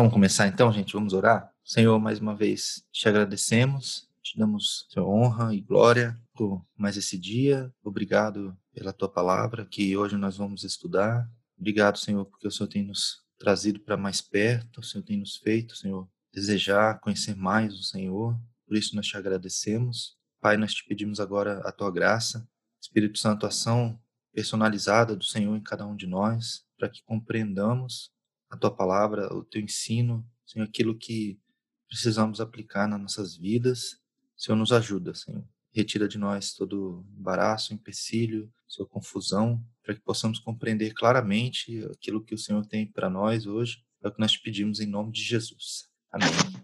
Vamos começar então, gente? Vamos orar? Senhor, mais uma vez te agradecemos, te damos Senhor, honra e glória por mais esse dia. Obrigado pela tua palavra que hoje nós vamos estudar. Obrigado, Senhor, porque o Senhor tem nos trazido para mais perto, o Senhor tem nos feito, Senhor, desejar conhecer mais o Senhor. Por isso nós te agradecemos. Pai, nós te pedimos agora a tua graça, Espírito Santo, ação personalizada do Senhor em cada um de nós, para que compreendamos a tua palavra, o teu ensino, Senhor, aquilo que precisamos aplicar nas nossas vidas. Senhor, nos ajuda, Senhor. Retira de nós todo embaraço, empecilho, Senhor, confusão, para que possamos compreender claramente aquilo que o Senhor tem para nós hoje. É o que nós te pedimos em nome de Jesus. Amém.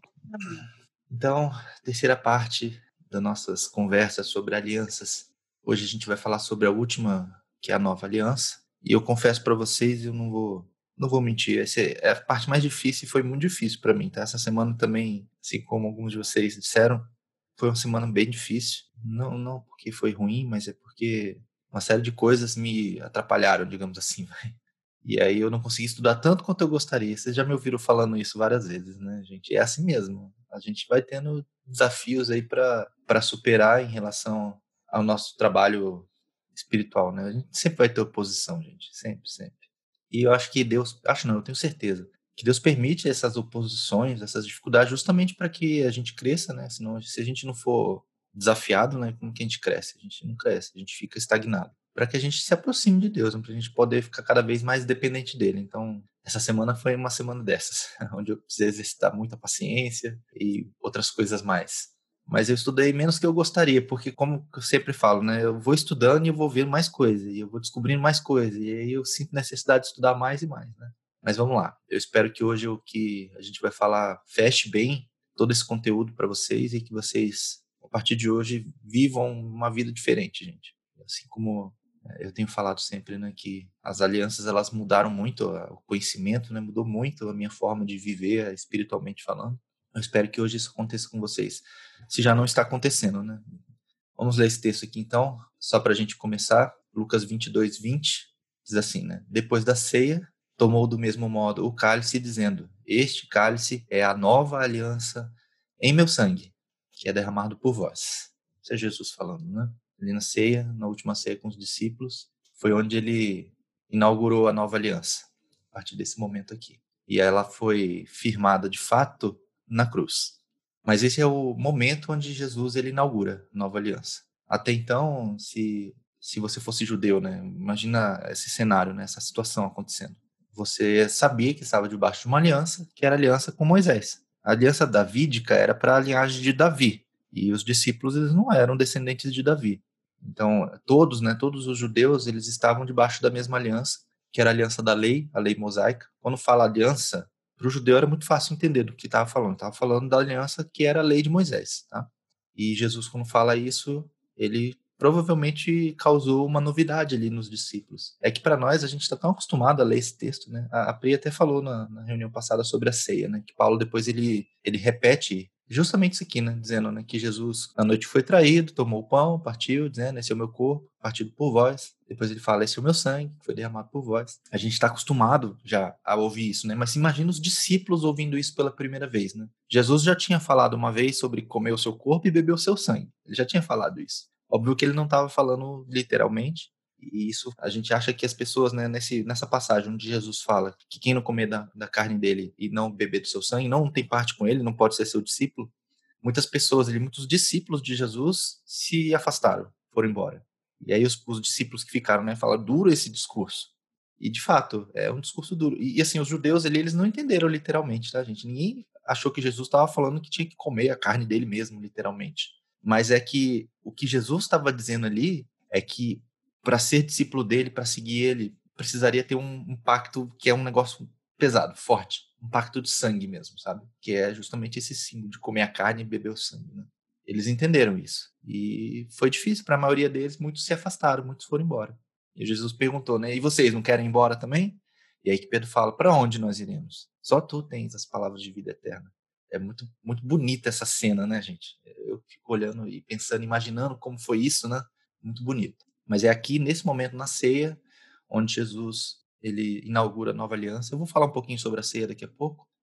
Então, terceira parte das nossas conversas sobre alianças. Hoje a gente vai falar sobre a última, que é a nova aliança. E eu confesso para vocês, eu não vou mentir, essa é a parte mais difícil e foi muito difícil para mim, tá? Essa semana também, assim como alguns de vocês disseram, foi uma semana bem difícil. Não porque foi ruim, mas é porque uma série de coisas me atrapalharam, digamos assim, vai. E aí eu não consegui estudar tanto quanto eu gostaria. Vocês já me ouviram falando isso várias vezes, né, gente? É assim mesmo. A gente vai tendo desafios aí para superar em relação ao nosso trabalho espiritual, né? A gente sempre vai ter oposição, gente. Sempre, sempre. E eu acho que Deus, acho não, eu tenho certeza, que Deus permite essas oposições, essas dificuldades, justamente para que a gente cresça, né? Senão, se a gente não for desafiado, né? Como que a gente cresce? A gente não cresce, a gente fica estagnado. Para que a gente se aproxime de Deus, para a gente poder ficar cada vez mais dependente dele. Então, essa semana foi uma semana dessas, onde eu precisei exercitar muita paciência e outras coisas mais. Mas eu estudei menos que eu gostaria, porque como eu sempre falo, né, eu vou estudando e eu vou vendo mais coisas, e eu vou descobrindo mais coisas, e aí eu sinto necessidade de estudar mais e mais, né? Mas vamos lá, eu espero que hoje o que a gente vai falar feche bem todo esse conteúdo para vocês e que vocês, a partir de hoje, vivam uma vida diferente, gente. Assim como eu tenho falado sempre, né, que as alianças, elas mudaram muito, o conhecimento, né, mudou muito a minha forma de viver espiritualmente falando. Eu espero que hoje isso aconteça com vocês. Se já não está acontecendo, né? Vamos ler esse texto aqui então, só para a gente começar. Lucas 22:20 diz assim, né? Depois da ceia, tomou do mesmo modo o cálice, dizendo: Este cálice é a nova aliança em meu sangue, que é derramado por vós. Isso é Jesus falando, né? Ali na ceia, na última ceia com os discípulos, foi onde ele inaugurou a nova aliança, a partir desse momento aqui. E ela foi firmada de fato na cruz. Mas esse é o momento onde Jesus ele inaugura a nova aliança. Até então, se você fosse judeu, né, imagina esse cenário, né, essa situação acontecendo. Você sabia que estava debaixo de uma aliança, que era a aliança com Moisés. A aliança davídica era para a linhagem de Davi, e os discípulos eles não eram descendentes de Davi. Então, todos, né, todos os judeus, eles estavam debaixo da mesma aliança, que era a aliança da lei, a lei mosaica. Quando fala aliança, para o judeu era muito fácil entender do que estava falando. Estava falando da aliança que era a lei de Moisés, tá? E Jesus, quando fala isso, ele provavelmente causou uma novidade ali nos discípulos. É que para nós, a gente está tão acostumado a ler esse texto, né? A Pri até falou na reunião passada sobre a ceia, né? Que Paulo depois ele repete justamente isso aqui, né? Dizendo, né, que Jesus à noite foi traído, tomou o pão, partiu, dizendo: esse é o meu corpo, partido por vós. Depois ele fala: esse é o meu sangue, que foi derramado por vós. A gente está acostumado já a ouvir isso, né? Mas imagina os discípulos ouvindo isso pela primeira vez, né? Jesus já tinha falado uma vez sobre comer o seu corpo e beber o seu sangue. Ele já tinha falado isso. Óbvio que ele não estava falando literalmente, e isso a gente acha que as pessoas, né, nessa passagem onde Jesus fala que quem não comer da carne dele e não beber do seu sangue não tem parte com ele, não pode ser seu discípulo. Muitas pessoas ali, muitos discípulos de Jesus se afastaram, foram embora. E aí os discípulos que ficaram, né, falaram: duro esse discurso. E de fato, é um discurso duro. E assim, os judeus ali, eles não entenderam literalmente, tá, gente? Ninguém achou que Jesus estava falando que tinha que comer a carne dele mesmo, literalmente. Mas é que o que Jesus estava dizendo ali é que para ser discípulo dele, para seguir ele, precisaria ter um pacto que é um negócio pesado, forte, um pacto de sangue mesmo, sabe? Que é justamente esse símbolo de comer a carne e beber o sangue, né? Eles entenderam isso. E foi difícil para a maioria deles, muitos se afastaram, muitos foram embora. E Jesus perguntou, né? E vocês não querem ir embora também? E aí que Pedro fala: para onde nós iremos? Só tu tens as palavras de vida eterna. É muito, muito bonita essa cena, né, gente? Eu fico olhando e pensando, imaginando como foi isso, né? Muito bonito. Mas é aqui, nesse momento, na ceia, onde Jesus ele inaugura a nova aliança. Eu vou falar um pouquinho sobre a ceia daqui a pouco,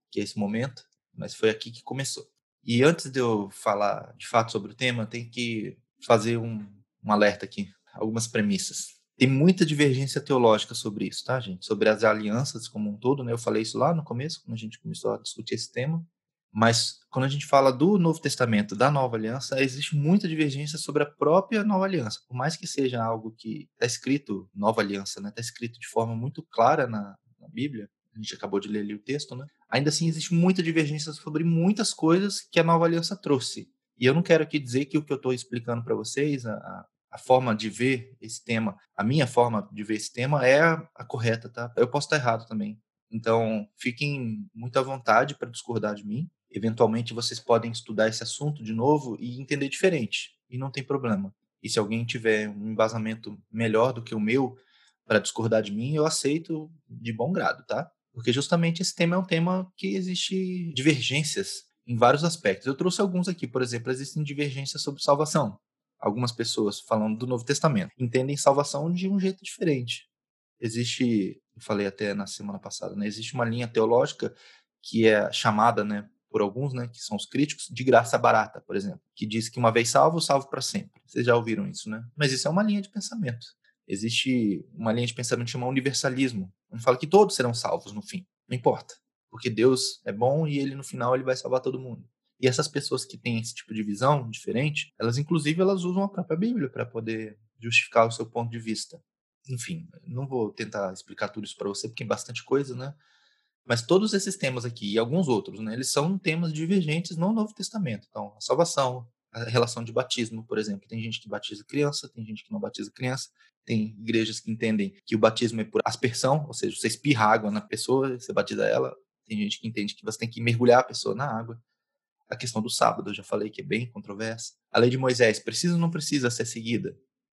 que é esse momento, mas foi aqui que começou. E antes de eu falar de fato sobre o tema, eu tenho que fazer um alerta aqui, algumas premissas. Tem muita divergência teológica sobre isso, tá, gente? Sobre as alianças como um todo, né? Eu falei isso lá no começo, quando a gente começou a discutir esse tema. Mas quando a gente fala do Novo Testamento, da Nova Aliança, existe muita divergência sobre a própria Nova Aliança. Por mais que seja algo que está escrito, Nova Aliança, né? Está escrito de forma muito clara na Bíblia, a gente acabou de ler ali o texto, né? Ainda assim existe muita divergência sobre muitas coisas que a Nova Aliança trouxe. E eu não quero aqui dizer que o que eu estou explicando para vocês, a forma de ver esse tema, a minha forma de ver esse tema é a correta, tá? Eu posso estar errado também. Então, fiquem muito à vontade para discordar de mim. Eventualmente, vocês podem estudar esse assunto de novo e entender diferente, e não tem problema. E se alguém tiver um embasamento melhor do que o meu para discordar de mim, eu aceito de bom grado, tá? Porque justamente esse tema é um tema que existe divergências em vários aspectos. Eu trouxe alguns aqui, por exemplo, existem divergências sobre salvação. Algumas pessoas, falando do Novo Testamento, entendem salvação de um jeito diferente. Existe, eu falei até na semana passada, né? Existe uma linha teológica que é chamada, né, por alguns, né, que são os críticos, de graça barata, por exemplo, que diz que uma vez salvo, salvo para sempre. Vocês já ouviram isso, né? Mas isso é uma linha de pensamento. Existe uma linha de pensamento chamada universalismo, onde fala que todos serão salvos no fim, não importa, porque Deus é bom e ele no final ele vai salvar todo mundo. E essas pessoas que têm esse tipo de visão diferente, elas inclusive elas usam a própria Bíblia para poder justificar o seu ponto de vista. Enfim, não vou tentar explicar tudo isso para você, porque é bastante coisa, né? Mas todos esses temas aqui e alguns outros, né, eles são temas divergentes no Novo Testamento. Então, a salvação, a relação de batismo, por exemplo. Tem gente que batiza criança, tem gente que não batiza criança. Tem igrejas que entendem que o batismo é por aspersão, ou seja, você espirra água na pessoa, você batiza ela. Tem gente que entende que você tem que mergulhar a pessoa na água. A questão do sábado, eu já falei que é bem controversa. A lei de Moisés, precisa ou não precisa ser seguida?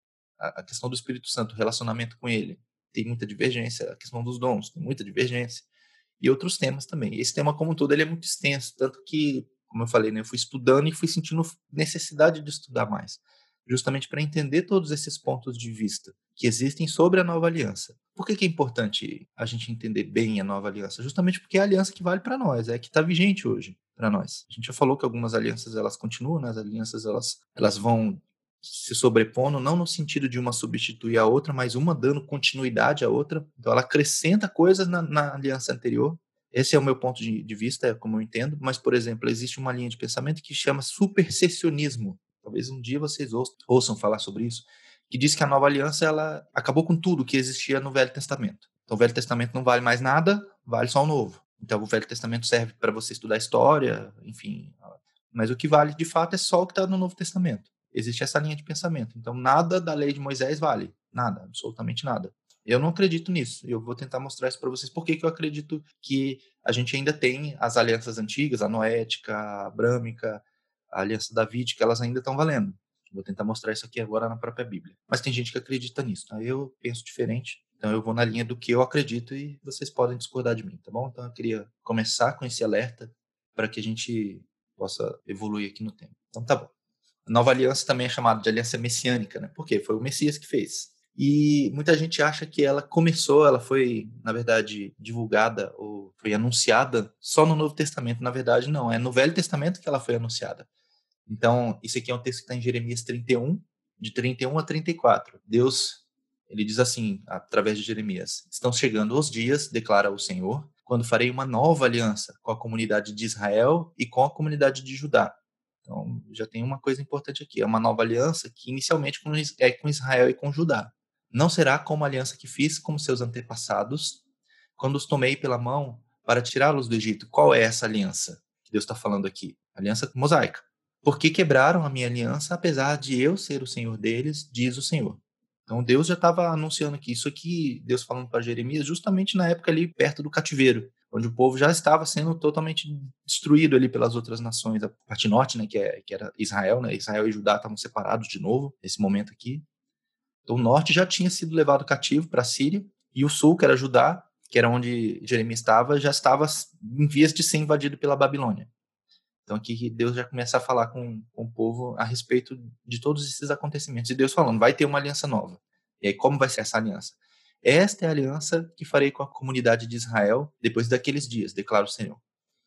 A questão do Espírito Santo, o relacionamento com ele, tem muita divergência. A questão dos dons, tem muita divergência. E outros temas também. Esse tema como um todo ele é muito extenso, tanto que, como eu falei, né, eu fui estudando e fui sentindo necessidade de estudar mais, justamente para entender todos esses pontos de vista que existem sobre a nova aliança. Por que é importante a gente entender bem a nova aliança? Justamente porque é a aliança que vale para nós, é a que está vigente hoje para nós. A gente já falou que algumas alianças elas continuam, né? As alianças elas vão se sobrepondo, não no sentido de uma substituir a outra, mas uma dando continuidade à outra. Então, ela acrescenta coisas na aliança anterior. Esse é o meu ponto de vista, é como eu entendo. Mas, por exemplo, existe uma linha de pensamento que chama supersessionismo. Talvez um dia vocês ouçam falar sobre isso, que diz que a nova aliança ela acabou com tudo que existia no Velho Testamento. Então, o Velho Testamento não vale mais nada, vale só o Novo. Então, o Velho Testamento serve para você estudar história, enfim. Mas o que vale, de fato, é só o que está no Novo Testamento. Existe essa linha de pensamento. Então, nada da lei de Moisés vale. Nada, absolutamente nada. Eu não acredito nisso. Eu vou tentar mostrar isso para vocês. Por que eu acredito que a gente ainda tem as alianças antigas, a noética, a abrâmica, a aliança davídica, elas ainda estão valendo. Vou tentar mostrar isso aqui agora na própria Bíblia. Mas tem gente que acredita nisso. Tá? Eu penso diferente. Então, eu vou na linha do que eu acredito e vocês podem discordar de mim, tá bom? Então, eu queria começar com esse alerta para que a gente possa evoluir aqui no tempo. Então, tá bom. A nova aliança também é chamada de aliança messiânica, né? Por quê? Foi o Messias que fez. E muita gente acha que ela foi, na verdade, divulgada ou foi anunciada só no Novo Testamento. Na verdade, não. É no Velho Testamento que ela foi anunciada. Então, isso aqui é um texto que está em Jeremias 31, de 31 a 34. Deus, ele diz assim, através de Jeremias: Estão chegando os dias, declara o Senhor, quando farei uma nova aliança com a comunidade de Israel e com a comunidade de Judá. Então, já tem uma coisa importante aqui. É uma nova aliança que inicialmente é com Israel e com Judá. Não será como a aliança que fiz com seus antepassados, quando os tomei pela mão para tirá-los do Egito. Qual é essa aliança que Deus está falando aqui? Aliança mosaica. Porque quebraram a minha aliança, apesar de eu ser o Senhor deles, diz o Senhor. Então Deus já estava anunciando aqui. Isso aqui, Deus falando para Jeremias, justamente na época ali perto do cativeiro, onde o povo já estava sendo totalmente destruído ali pelas outras nações. A parte norte, né, que era Israel, né, Israel e Judá estavam separados de novo nesse momento aqui. Então o norte já tinha sido levado cativo para a Síria, e o sul, que era Judá, que era onde Jeremias estava, já estava em vias de ser invadido pela Babilônia. Então aqui Deus já começa a falar com o povo a respeito de todos esses acontecimentos. E Deus falando, vai ter uma aliança nova. E aí como vai ser essa aliança? Esta é a aliança que farei com a comunidade de Israel depois daqueles dias, declara o Senhor.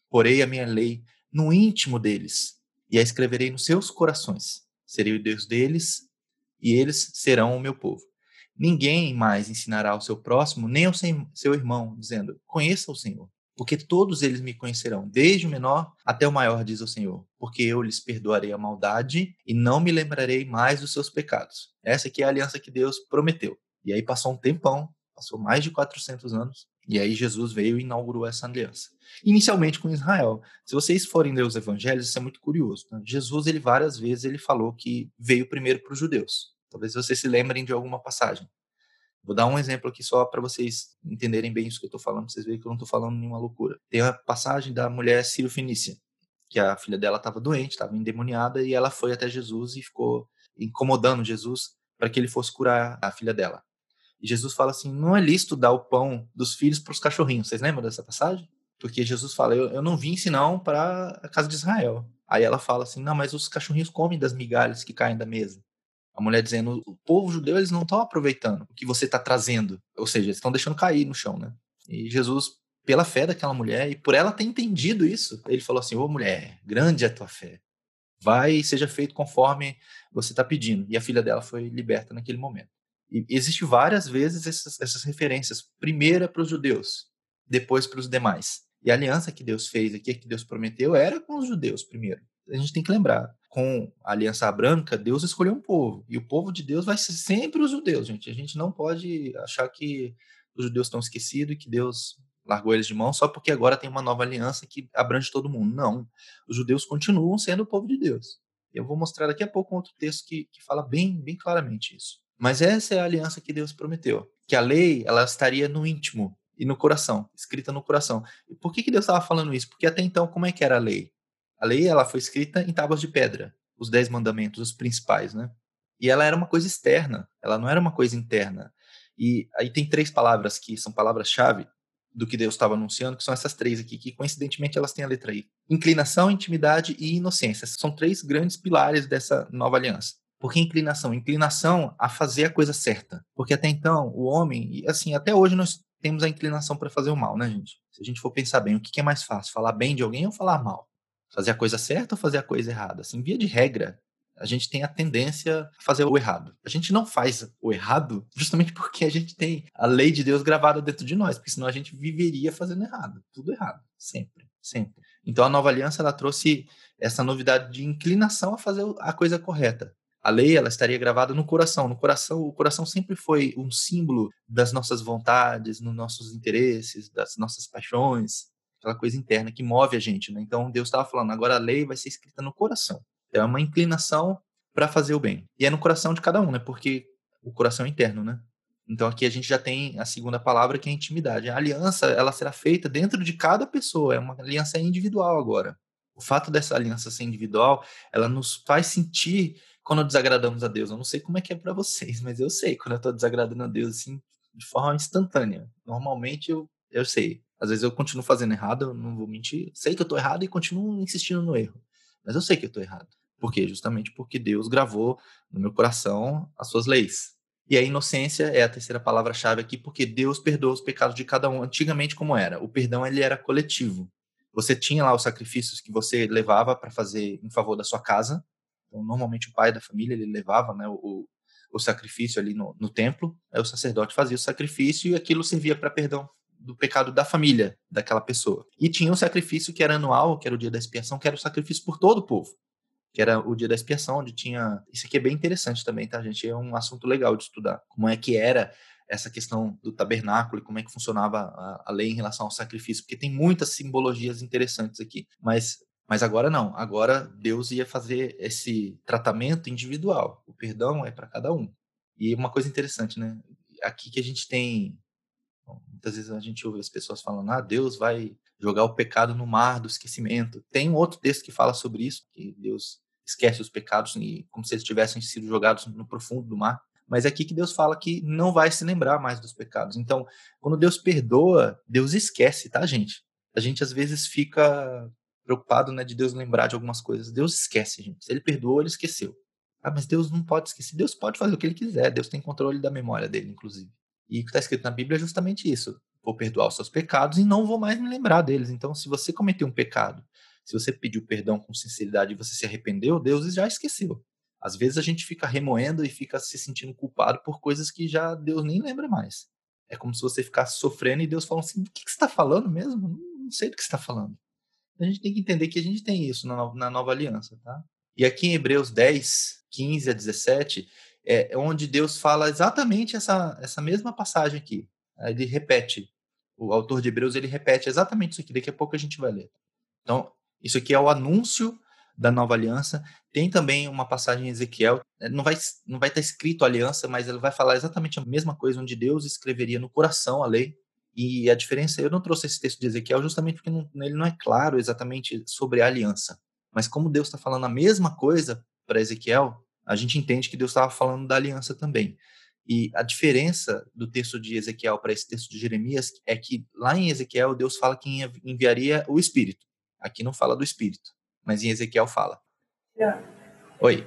Porei a minha lei no íntimo deles e a escreverei nos seus corações. Serei o Deus deles e eles serão o meu povo. Ninguém mais ensinará ao seu próximo, nem ao seu irmão, dizendo: conheça o Senhor. Porque todos eles me conhecerão, desde o menor até o maior, diz o Senhor. Porque eu lhes perdoarei a maldade e não me lembrarei mais dos seus pecados. Essa aqui é a aliança que Deus prometeu. E aí passou um tempão, passou mais de 400 anos, e aí Jesus veio e inaugurou essa aliança. Inicialmente com Israel. Se vocês forem ler os evangelhos, isso é muito curioso. Tá? Jesus, ele várias vezes, ele falou que veio primeiro para os judeus. Talvez vocês se lembrem de alguma passagem. Vou dar um exemplo aqui só para vocês entenderem bem isso que eu estou falando, para vocês verem que eu não estou falando nenhuma loucura. Tem a passagem da mulher sírio-fenícia, que a filha dela estava doente, estava endemoniada, e ela foi até Jesus e ficou incomodando Jesus para que ele fosse curar a filha dela. E Jesus fala assim, não é lícito dar o pão dos filhos para os cachorrinhos. Vocês lembram dessa passagem? Porque Jesus fala, eu não vim senão para a casa de Israel. Aí ela fala assim, não, mas os cachorrinhos comem das migalhas que caem da mesa. A mulher dizendo, o povo judeu, eles não estão aproveitando o que você está trazendo. Ou seja, eles estão deixando cair no chão, né? E Jesus, pela fé daquela mulher, e por ela ter entendido isso, ele falou assim, ô mulher, grande é a tua fé. Vai e seja feito conforme você está pedindo. E a filha dela foi liberta naquele momento. E existe várias vezes essas referências. Primeiro é para os judeus, depois para os demais. E a aliança que Deus fez aqui, que Deus prometeu, era com os judeus primeiro. A gente tem que lembrar, com a aliança branca, Deus escolheu um povo. E o povo de Deus vai ser sempre os judeus, gente. A gente não pode achar que os judeus estão esquecidos e que Deus largou eles de mão só porque agora tem uma nova aliança que abrange todo mundo. Não. Os judeus continuam sendo o povo de Deus. Eu vou mostrar daqui a pouco um outro texto que fala bem claramente isso. Mas essa é a aliança que Deus prometeu. Que a lei, ela estaria no íntimo e no coração, escrita no coração. E por que Deus estava falando isso? Porque até então, como é que era a lei? A lei, ela foi escrita em tábuas de pedra. Os 10 mandamentos, os principais, né? E ela era uma coisa externa, ela não era uma coisa interna. E aí tem 3 palavras que são palavras-chave do que Deus estava anunciando, que são essas 3 aqui, que coincidentemente elas têm a letra I. Inclinação, intimidade e inocência. São 3 grandes pilares dessa nova aliança. Por que inclinação? Inclinação a fazer a coisa certa. Porque até então, o homem, e assim, até hoje nós temos a inclinação para fazer o mal, né, gente? Se a gente for pensar bem, o que é mais fácil? Falar bem de alguém ou falar mal? Fazer a coisa certa ou fazer a coisa errada? Assim, via de regra, a gente tem a tendência a fazer o errado. A gente não faz o errado justamente porque a gente tem a lei de Deus gravada dentro de nós, porque senão a gente viveria fazendo errado, tudo errado, sempre, sempre. Então a nova aliança, ela trouxe essa novidade de inclinação a fazer a coisa correta. A lei, ela estaria gravada no coração. No coração, o coração sempre foi um símbolo das nossas vontades, dos nossos interesses, das nossas paixões, aquela coisa interna que move a gente, né? Então Deus estava falando, agora a lei vai ser escrita no coração. É uma inclinação para fazer o bem. E é no coração de cada um, né? Porque o coração é interno, né? Então aqui a gente já tem a segunda palavra, que é a intimidade. A aliança, ela será feita dentro de cada pessoa, é uma aliança individual agora. O fato dessa aliança ser individual, ela nos faz sentir quando desagradamos a Deus. Eu não sei como é que é para vocês, mas eu sei quando eu estou desagradando a Deus assim, de forma instantânea. Normalmente eu sei. Às vezes eu continuo fazendo errado, eu não vou mentir. Sei que eu estou errado e continuo insistindo no erro. Mas eu sei que eu estou errado. Por quê? Justamente porque Deus gravou no meu coração as suas leis. E a inocência é a terceira palavra-chave aqui, porque Deus perdoa os pecados de cada um. Antigamente, como era? O perdão, ele era coletivo. Você tinha lá os sacrifícios que você levava para fazer em favor da sua casa. Então, normalmente, o pai da família, ele levava, né, o sacrifício ali no templo. Aí o sacerdote fazia o sacrifício e aquilo servia para perdão do pecado da família daquela pessoa. E tinha o sacrifício que era anual, que era o dia da expiação, que era o sacrifício por todo o povo, que era o dia da expiação, onde tinha... Isso aqui é bem interessante também, tá, gente? É um assunto legal de estudar. Como é que era essa questão do tabernáculo e como é que funcionava a lei em relação ao sacrifício, porque tem muitas simbologias interessantes aqui. Mas agora não. Agora Deus ia fazer esse tratamento individual. O perdão é para cada um. E uma coisa interessante, né? Aqui que a gente tem... Bom, muitas vezes a gente ouve as pessoas falando, Deus vai jogar o pecado no mar do esquecimento. Tem um outro texto que fala sobre isso, que Deus esquece os pecados e como se eles tivessem sido jogados no profundo do mar. Mas é aqui que Deus fala que não vai se lembrar mais dos pecados. Então, quando Deus perdoa, Deus esquece, tá, gente? A gente às vezes fica preocupado, né, de Deus lembrar de algumas coisas. Deus esquece, gente. Se ele perdoou, ele esqueceu. Mas Deus não pode esquecer. Deus pode fazer o que ele quiser. Deus tem controle da memória dele, inclusive. E o que está escrito na Bíblia é justamente isso. vou perdoar os seus pecados e não vou mais me lembrar deles. Então, se você cometeu um pecado, se você pediu perdão com sinceridade e você se arrependeu, Deus já esqueceu. Às vezes a gente fica remoendo e fica se sentindo culpado por coisas que já Deus nem lembra mais. É como se você ficasse sofrendo e Deus falando assim: do que você está falando mesmo? Não sei do que você está falando. A gente tem que entender que a gente tem isso na nova aliança, tá? E aqui em Hebreus 10, 15 a 17, é onde Deus fala exatamente essa mesma passagem aqui. Ele repete, o autor de Hebreus, ele repete exatamente isso aqui, daqui a pouco a gente vai ler. Então, isso aqui é o anúncio da nova aliança. Tem também uma passagem em Ezequiel, não vai estar escrito aliança, mas ele vai falar exatamente a mesma coisa, onde Deus escreveria no coração a lei. E a diferença, eu não trouxe esse texto de Ezequiel justamente porque ele não é claro exatamente sobre a aliança. Mas como Deus está falando a mesma coisa para Ezequiel, a gente entende que Deus estava falando da aliança também. E a diferença do texto de Ezequiel para esse texto de Jeremias é que lá em Ezequiel Deus fala que enviaria o Espírito. Aqui não fala do Espírito, mas em Ezequiel fala. Não. Oi.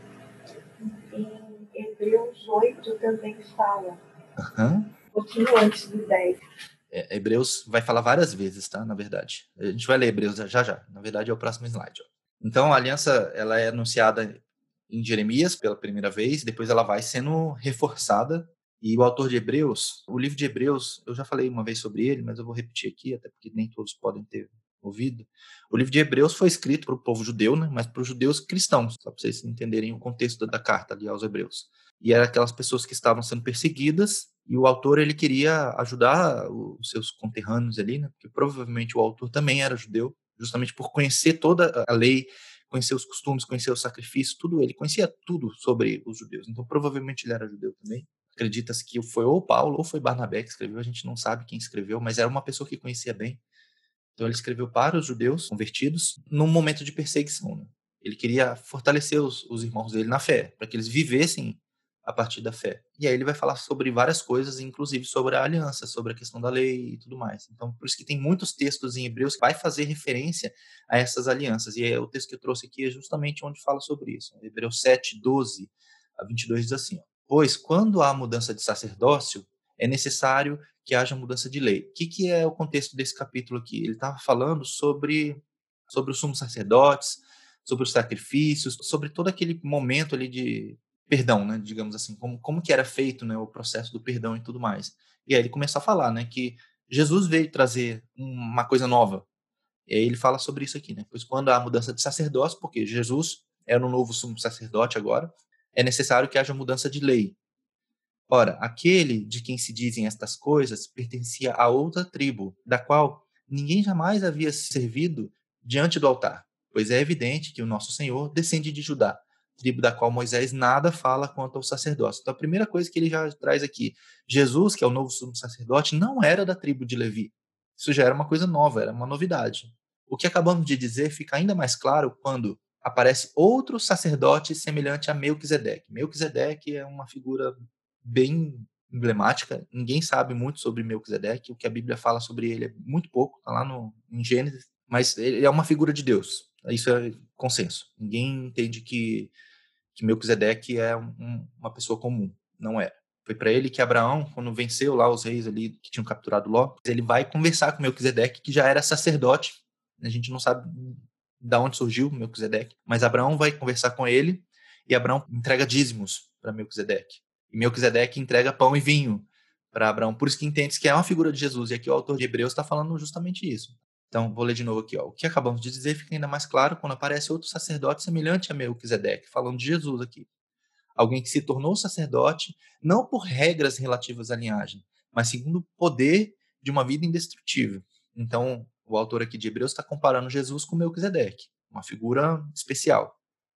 Em Hebreus 8 também fala. Uhum. Um pouquinho antes do 10. Hebreus vai falar várias vezes, tá? Na verdade. A gente vai ler Hebreus já já. Na verdade, é o próximo slide. Ó. Então, a aliança ela é anunciada em Jeremias pela primeira vez, depois ela vai sendo reforçada. E o autor de Hebreus, o livro de Hebreus, eu já falei uma vez sobre ele, mas eu vou repetir aqui, até porque nem todos podem ter ouvido. O livro de Hebreus foi escrito para o povo judeu, né? Mas para os judeus cristãos, só para vocês entenderem o contexto da carta ali aos Hebreus. E eram aquelas pessoas que estavam sendo perseguidas, e o autor ele queria ajudar os seus conterrâneos ali, né? Porque provavelmente o autor também era judeu, justamente por conhecer toda a lei, conhecer os costumes, conhecer os sacrifícios, tudo, ele conhecia tudo sobre os judeus. Então provavelmente ele era judeu também. Acredita-se que foi ou Paulo ou foi Barnabé que escreveu, a gente não sabe quem escreveu, mas era uma pessoa que conhecia bem. Então ele escreveu para os judeus convertidos num momento de perseguição. Né? Ele queria fortalecer os irmãos dele na fé, para que eles vivessem a partir da fé. E aí ele vai falar sobre várias coisas, inclusive sobre a aliança, sobre a questão da lei e tudo mais. Então, por isso que tem muitos textos em Hebreus que vai fazer referência a essas alianças. E o texto que eu trouxe aqui é justamente onde fala sobre isso. Hebreus 7, 12 a 22 diz assim, ó, pois quando há mudança de sacerdócio, é necessário que haja mudança de lei. O que é o contexto desse capítulo aqui? Ele estava falando sobre os sumos sacerdotes, sobre os sacrifícios, sobre todo aquele momento ali de perdão, né, digamos assim, como que era feito, né, o processo do perdão e tudo mais. E aí ele começou a falar, né, que Jesus veio trazer uma coisa nova. E aí ele fala sobre isso aqui, né, pois quando há mudança de sacerdócio, porque Jesus é um novo sumo sacerdote agora, é necessário que haja mudança de lei. Ora, aquele de quem se dizem estas coisas pertencia a outra tribo, da qual ninguém jamais havia servido diante do altar, pois é evidente que o nosso Senhor descende de Judá, tribo da qual Moisés nada fala quanto ao sacerdócio. Então, a primeira coisa que ele já traz aqui, Jesus, que é o novo sumo sacerdote, não era da tribo de Levi. Isso já era uma coisa nova, era uma novidade. O que acabamos de dizer fica ainda mais claro quando aparece outro sacerdote semelhante a Melquisedeque. Melquisedeque é uma figura bem emblemática. Ninguém sabe muito sobre Melquisedeque. O que a Bíblia fala sobre ele é muito pouco, está lá em Gênesis. Mas ele é uma figura de Deus. Isso é consenso. Ninguém entende que Melquisedeque é uma pessoa comum. Não é. Foi para ele que Abraão, quando venceu lá os reis ali que tinham capturado Ló, ele vai conversar com Melquisedeque, que já era sacerdote. A gente não sabe de onde surgiu Melquisedeque, mas Abraão vai conversar com ele e Abraão entrega dízimos para Melquisedeque. E Melquisedeque entrega pão e vinho para Abraão. Por isso que entende que é uma figura de Jesus. E aqui o autor de Hebreus está falando justamente isso. Então, vou ler de novo aqui. Ó. O que acabamos de dizer fica ainda mais claro quando aparece outro sacerdote semelhante a Melquisedeque, falando de Jesus aqui. Alguém que se tornou sacerdote, não por regras relativas à linhagem, mas segundo o poder de uma vida indestrutível. Então, o autor aqui de Hebreus está comparando Jesus com Melquisedeque, uma figura especial.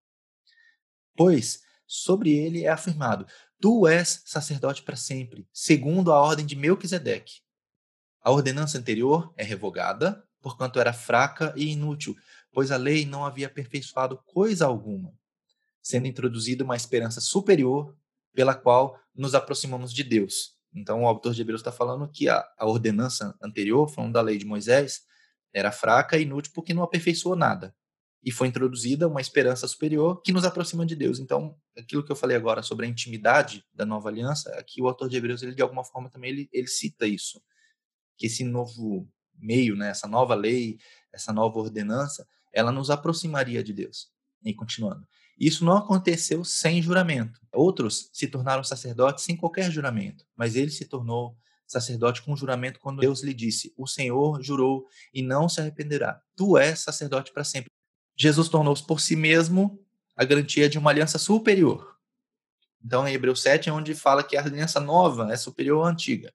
Pois, sobre ele é afirmado, tu és sacerdote para sempre, segundo a ordem de Melquisedeque. A ordenança anterior é revogada, porquanto era fraca e inútil, pois a lei não havia aperfeiçoado coisa alguma, sendo introduzida uma esperança superior pela qual nos aproximamos de Deus. Então, o autor de Hebreus está falando que a ordenança anterior, falando da lei de Moisés, era fraca e inútil porque não aperfeiçoou nada. E foi introduzida uma esperança superior que nos aproxima de Deus. Então, aquilo que eu falei agora sobre a intimidade da nova aliança, aqui o autor de Hebreus, ele de alguma forma também ele cita isso, que esse novo meio, né, essa nova lei, essa nova ordenança, ela nos aproximaria de Deus. E continuando. Isso não aconteceu sem juramento. Outros se tornaram sacerdotes sem qualquer juramento, mas ele se tornou sacerdote com juramento quando Deus lhe disse: o Senhor jurou e não se arrependerá. Tu és sacerdote para sempre. Jesus tornou-se por si mesmo a garantia de uma aliança superior. Então, em Hebreus 7 é onde fala que a aliança nova é superior à antiga.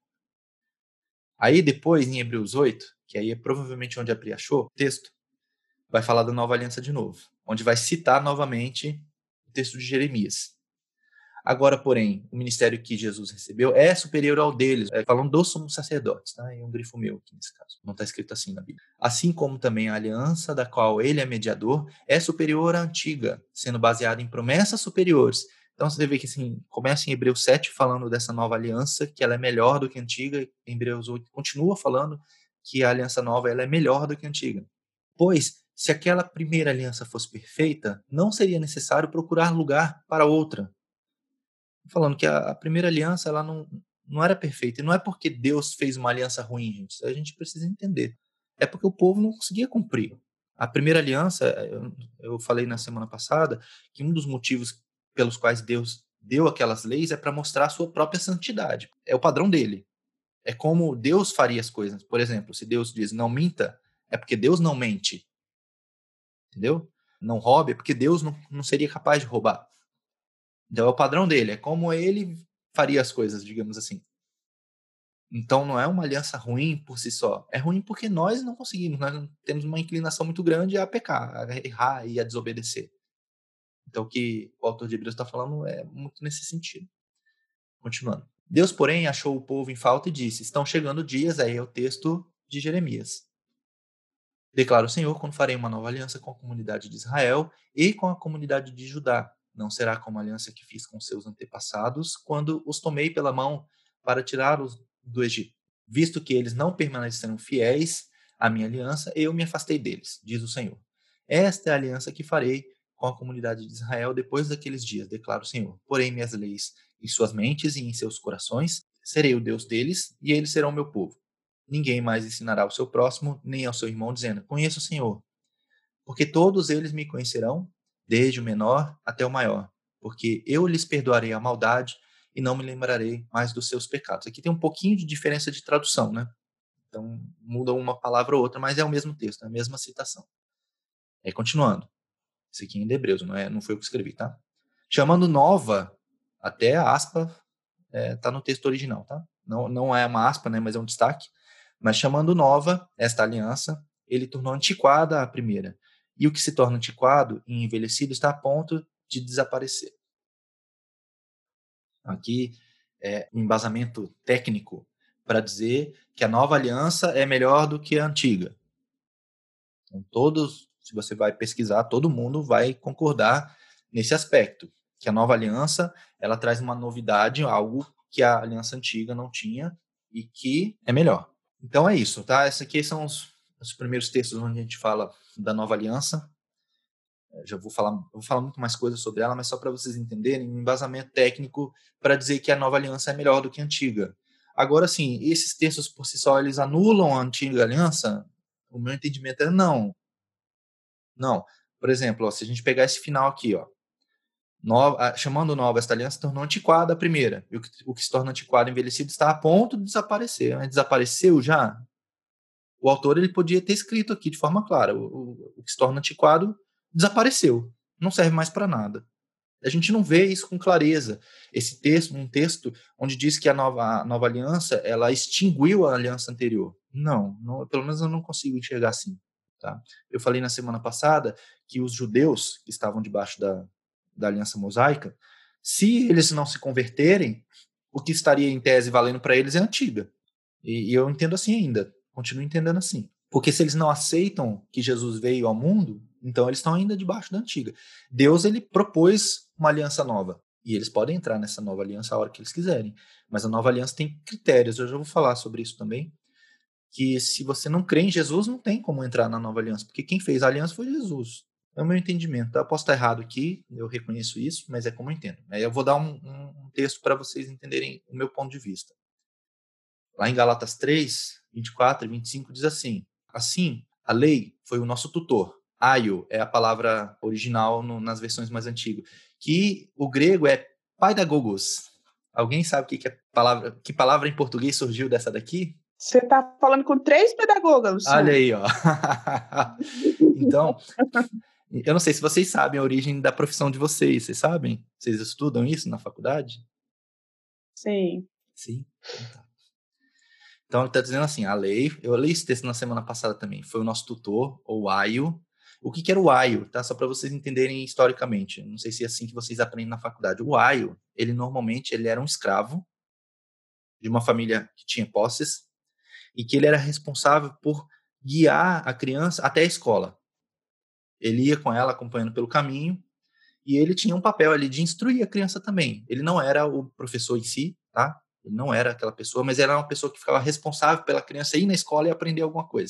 Aí depois, em Hebreus 8, que aí é provavelmente onde a Pri achou o texto, vai falar da nova aliança de novo, onde vai citar novamente o texto de Jeremias. Agora, porém, o ministério que Jesus recebeu é superior ao deles, falando dos sumos sacerdotes, tá? É um grifo meu aqui nesse caso, não está escrito assim na Bíblia. Assim como também a aliança da qual ele é mediador é superior à antiga, sendo baseada em promessas superiores. Então você vê que assim, começa em Hebreus 7 falando dessa nova aliança, que ela é melhor do que a antiga, e em Hebreus 8 continua falando que a aliança nova ela é melhor do que a antiga. Pois, se aquela primeira aliança fosse perfeita, não seria necessário procurar lugar para outra. Falando que a primeira aliança ela não era perfeita. E não é porque Deus fez uma aliança ruim, gente. Isso a gente precisa entender. É porque o povo não conseguia cumprir. A primeira aliança, eu falei na semana passada, que um dos motivos pelos quais Deus deu aquelas leis é para mostrar a sua própria santidade. É o padrão dele. É como Deus faria as coisas. Por exemplo, se Deus diz não minta, é porque Deus não mente. Entendeu? Não roube, é porque Deus não seria capaz de roubar. Então é o padrão dele, é como ele faria as coisas, digamos assim. Então não é uma aliança ruim por si só. É ruim porque nós não conseguimos, nós temos uma inclinação muito grande a pecar, a errar e a desobedecer. Então o que o autor de Hebreus está falando é muito nesse sentido. Continuando. Deus, porém, achou o povo em falta e disse: estão chegando dias, aí é o texto de Jeremias. Declara o Senhor, quando farei uma nova aliança com a comunidade de Israel e com a comunidade de Judá. Não será como a aliança que fiz com seus antepassados, quando os tomei pela mão para tirá-los do Egito. Visto que eles não permaneceram fiéis à minha aliança, eu me afastei deles, diz o Senhor. Esta é a aliança que farei com a comunidade de Israel depois daqueles dias, declara o Senhor. Porém, minhas leis em suas mentes e em seus corações, serei o Deus deles e eles serão meu povo. Ninguém mais ensinará ao seu próximo, nem ao seu irmão, dizendo: conheço o Senhor. Porque todos eles me conhecerão, desde o menor até o maior. Porque eu lhes perdoarei a maldade e não me lembrarei mais dos seus pecados. Aqui tem um pouquinho de diferença de tradução, né? Então, muda uma palavra ou outra, mas é o mesmo texto, é a mesma citação. Continuando. Isso aqui é em Hebreus, não foi eu que escrevi, tá? Chamando nova, até a aspa tá no texto original, tá? Não é uma aspa, né, mas é um destaque. Mas chamando nova esta aliança, ele tornou antiquada a primeira. E o que se torna antiquado e envelhecido está a ponto de desaparecer. Aqui é um embasamento técnico para dizer que a nova aliança é melhor do que a antiga. Então, se você vai pesquisar, todo mundo vai concordar nesse aspecto, que a nova aliança ela traz uma novidade, algo que a aliança antiga não tinha e que é melhor. Então é isso, tá? Esses aqui são os primeiros textos onde a gente fala da nova aliança. Eu vou falar muito mais coisas sobre ela, mas só para vocês entenderem, um embasamento técnico para dizer que a nova aliança é melhor do que a antiga. Agora, sim, esses textos por si só, eles anulam a antiga aliança? O meu entendimento é não. Não. Por exemplo, se a gente pegar esse final aqui, chamando nova esta aliança, tornou antiquada a primeira. E o que se torna antiquado e envelhecido está a ponto de desaparecer. Mas desapareceu já? O autor ele podia ter escrito aqui de forma clara. O que se torna antiquado desapareceu. Não serve mais para nada. A gente não vê isso com clareza. Esse texto, um texto onde diz que a nova aliança ela extinguiu a aliança anterior. Não, pelo menos eu não consigo enxergar assim. Tá? Eu falei na semana passada que os judeus que estavam debaixo da aliança mosaica, se eles não se converterem, o que estaria em tese valendo para eles é antiga. E eu entendo assim ainda, continuo entendendo assim. Porque se eles não aceitam que Jesus veio ao mundo, então eles estão ainda debaixo da antiga. Deus ele propôs uma aliança nova. E eles podem entrar nessa nova aliança a hora que eles quiserem. Mas a nova aliança tem critérios, eu já vou falar sobre isso também. Que se você não crê em Jesus, não tem como entrar na nova aliança. Porque quem fez a aliança foi Jesus. É o meu entendimento. Tá? Eu posso estar errado aqui, eu reconheço isso, mas é como eu entendo. Aí eu vou dar um texto para vocês entenderem o meu ponto de vista. Lá em Galatas 3, 24 e 25 diz assim: assim, a lei foi o nosso tutor. Aio é a palavra original nas versões mais antigas, que o grego é paidagogos. Alguém sabe que palavra em português surgiu dessa daqui? Você está falando com 3 pedagogas, Olha Luciano. aí, ó. Então, eu não sei se vocês sabem a origem da profissão de vocês. Vocês sabem? Vocês estudam isso na faculdade? Sim. Sim. Então tá. Então, ele está dizendo assim, a lei, eu li esse texto na semana passada também, foi o nosso tutor, ou aio. O que era o aio, tá? Só para vocês entenderem historicamente. Não sei se é assim que vocês aprendem na faculdade. O aio, ele normalmente ele era um escravo de uma família que tinha posses e que ele era responsável por guiar a criança até a escola. Ele ia com ela acompanhando pelo caminho e ele tinha um papel ali de instruir a criança também. Ele não era o professor em si, tá? Ele não era aquela pessoa, mas era uma pessoa que ficava responsável pela criança ir na escola e aprender alguma coisa.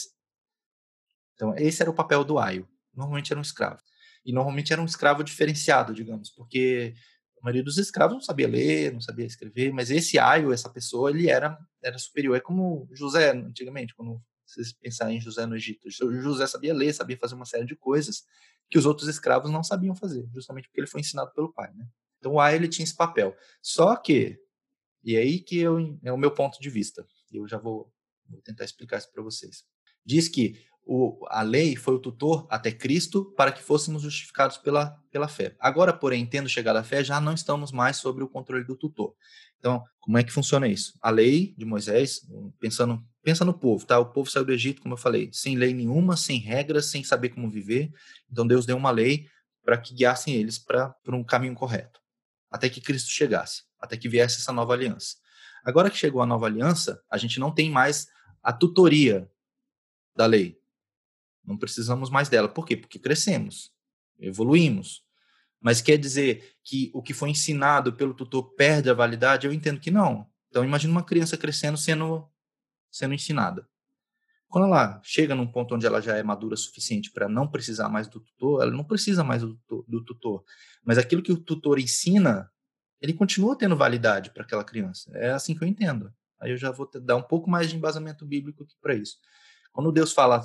Então, esse era o papel do aio. Normalmente era um escravo. E normalmente era um escravo diferenciado, digamos, porque a maioria dos escravos não sabia ler, não sabia escrever, mas esse aio, essa pessoa, ele era superior. É como José, antigamente, quando vocês pensarem em José no Egito. José sabia ler, sabia fazer uma série de coisas que os outros escravos não sabiam fazer, justamente porque ele foi ensinado pelo pai, né? Então o aio, ele tinha esse papel. Só que, e aí que é o meu ponto de vista, eu já vou tentar explicar isso para vocês. Diz que a lei foi o tutor até Cristo para que fôssemos justificados pela fé. Agora, porém, tendo chegado à fé, já não estamos mais sob o controle do tutor. Então, como é que funciona isso? A lei de Moisés, pensa no povo, tá? O povo saiu do Egito, como eu falei, sem lei nenhuma, sem regras, sem saber como viver. Então, Deus deu uma lei para que guiassem eles para um caminho correto, até que Cristo chegasse, até que viesse essa nova aliança. Agora que chegou a nova aliança, a gente não tem mais a tutoria da lei. Não precisamos mais dela. Por quê? Porque crescemos, evoluímos. Mas quer dizer que o que foi ensinado pelo tutor perde a validade? Eu entendo que não. Então, imagine uma criança crescendo sendo ensinada. Quando ela chega num ponto onde ela já é madura o suficiente para não precisar mais do tutor, ela não precisa mais do tutor. Mas aquilo que o tutor ensina, ele continua tendo validade para aquela criança. É assim que eu entendo. Aí eu já vou dar um pouco mais de embasamento bíblico aqui para isso. Quando Deus fala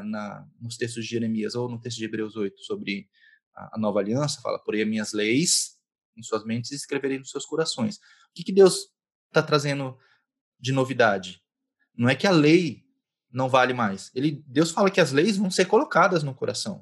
nos textos de Jeremias ou no texto de Hebreus 8 sobre a nova aliança, fala, porém as minhas leis em suas mentes e escreverei nos seus corações. O que Deus está trazendo de novidade? Não é que a lei não vale mais. Deus fala que as leis vão ser colocadas no coração.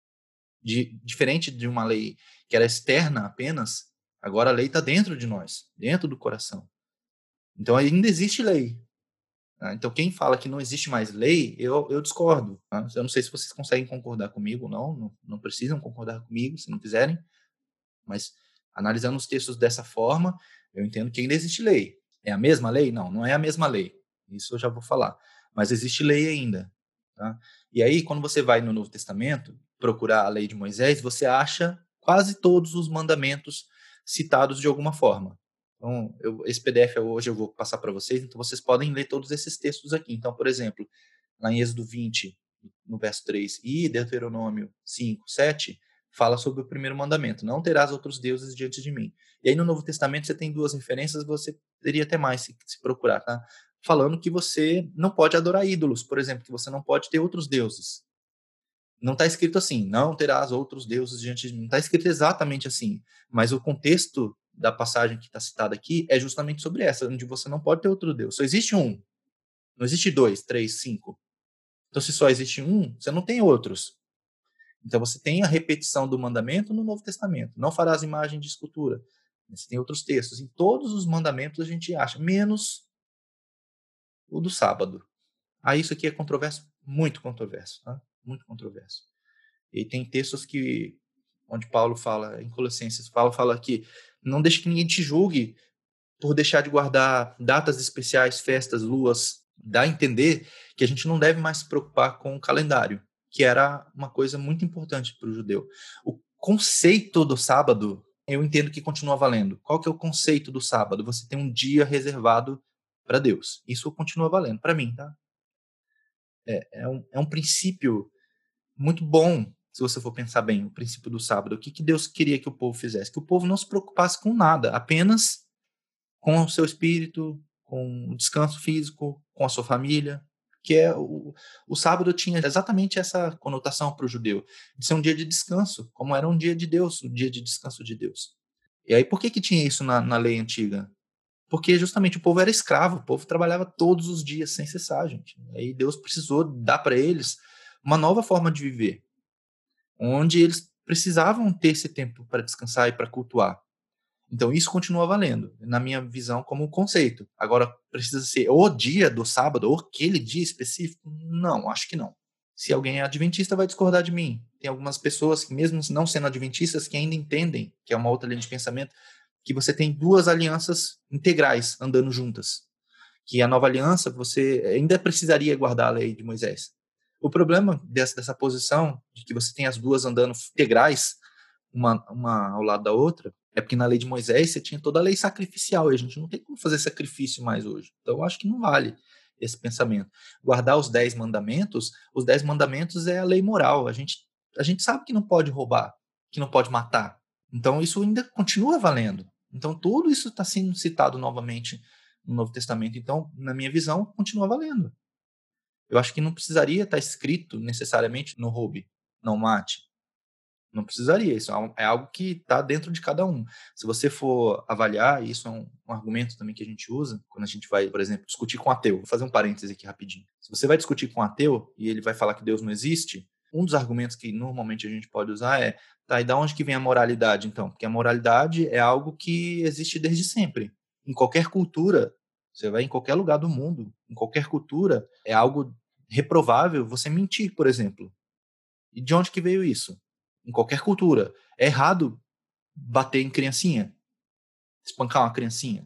Diferente de uma lei que era externa apenas, agora a lei está dentro de nós, dentro do coração. Então ainda existe lei. Então, quem fala que não existe mais lei, eu discordo. Tá? Eu não sei se vocês conseguem concordar comigo ou não precisam concordar comigo, se não quiserem, mas analisando os textos dessa forma, eu entendo que ainda existe lei. É a mesma lei? Não, não é a mesma lei. Isso eu já vou falar. Mas existe lei ainda. Tá? E aí, quando você vai no Novo Testamento, procurar a lei de Moisés, você acha quase todos os mandamentos citados de alguma forma. Então, esse PDF hoje eu vou passar para vocês, então vocês podem ler todos esses textos aqui. Então, por exemplo, lá em Êxodo 20, no verso 3, e Deuteronômio 5, 7, fala sobre o primeiro mandamento, não terás outros deuses diante de mim. E aí no Novo Testamento você tem duas referências, você teria até mais se procurar, tá? Falando que você não pode adorar ídolos, por exemplo, que você não pode ter outros deuses. Não está escrito assim, não terás outros deuses diante de mim. Não está escrito exatamente assim, mas o contexto da passagem que está citada aqui é justamente sobre essa, onde você não pode ter outro Deus. Só existe um. Não existe dois, três, cinco. Então, se só existe um, você não tem outros. Então, você tem a repetição do mandamento no Novo Testamento. Não farás imagem de escultura. Você tem outros textos. Em todos os mandamentos a gente acha, menos o do sábado. Isso aqui é controverso, muito controverso. Tá? Muito controverso. E tem textos onde Paulo fala, em Colossenses, Paulo fala que não deixe que ninguém te julgue por deixar de guardar datas especiais, festas, luas. Dá a entender que a gente não deve mais se preocupar com o calendário, que era uma coisa muito importante para o judeu. O conceito do sábado, eu entendo que continua valendo. Qual que é o conceito do sábado? Você tem um dia reservado para Deus. Isso continua valendo para mim, tá? É um princípio muito bom, se você for pensar bem, o princípio do sábado. O que Deus queria que o povo fizesse? Que o povo não se preocupasse com nada, apenas com o seu espírito, com o descanso físico, com a sua família. que o sábado tinha exatamente essa conotação para o judeu, de ser um dia de descanso, como era um dia de Deus, o dia de descanso de Deus. E aí, por que tinha isso na lei antiga? Porque justamente o povo era escravo, o povo trabalhava todos os dias sem cessar, gente. Aí Deus precisou dar para eles uma nova forma de viver, onde eles precisavam ter esse tempo para descansar e para cultuar. Então isso continua valendo, na minha visão, como conceito. Agora, precisa ser o dia do sábado, ou aquele dia específico? Não, acho que não. Se alguém é adventista, vai discordar de mim. Tem algumas pessoas que, mesmo não sendo adventistas, que ainda entendem, que é uma outra linha de pensamento, que você tem duas alianças integrais andando juntas. Que a nova aliança, você ainda precisaria guardar a lei de Moisés. O problema dessa posição, de que você tem as duas andando integrais, uma ao lado da outra, é porque na lei de Moisés você tinha toda a lei sacrificial, e a gente não tem como fazer sacrifício mais hoje. Então eu acho que não vale esse pensamento. Guardar os 10 mandamentos é a lei moral. A gente sabe que não pode roubar, que não pode matar. Então isso ainda continua valendo. Então tudo isso está sendo citado novamente no Novo Testamento. Então, na minha visão, continua valendo. Eu acho que não precisaria estar escrito necessariamente no roube, não mate. Não precisaria, isso é algo que está dentro de cada um. Se você for avaliar, e isso é um argumento também que a gente usa, quando a gente vai, por exemplo, discutir com um ateu. Vou fazer um parêntese aqui rapidinho. Se você vai discutir com um ateu e ele vai falar que Deus não existe, um dos argumentos que normalmente a gente pode usar é, tá, e da onde que vem a moralidade, então? Porque a moralidade é algo que existe desde sempre. Em qualquer cultura, você vai em qualquer lugar do mundo, em qualquer cultura, é algo reprovável você mentir, por exemplo. E de onde que veio isso? Em qualquer cultura. É errado bater em criancinha, espancar uma criancinha.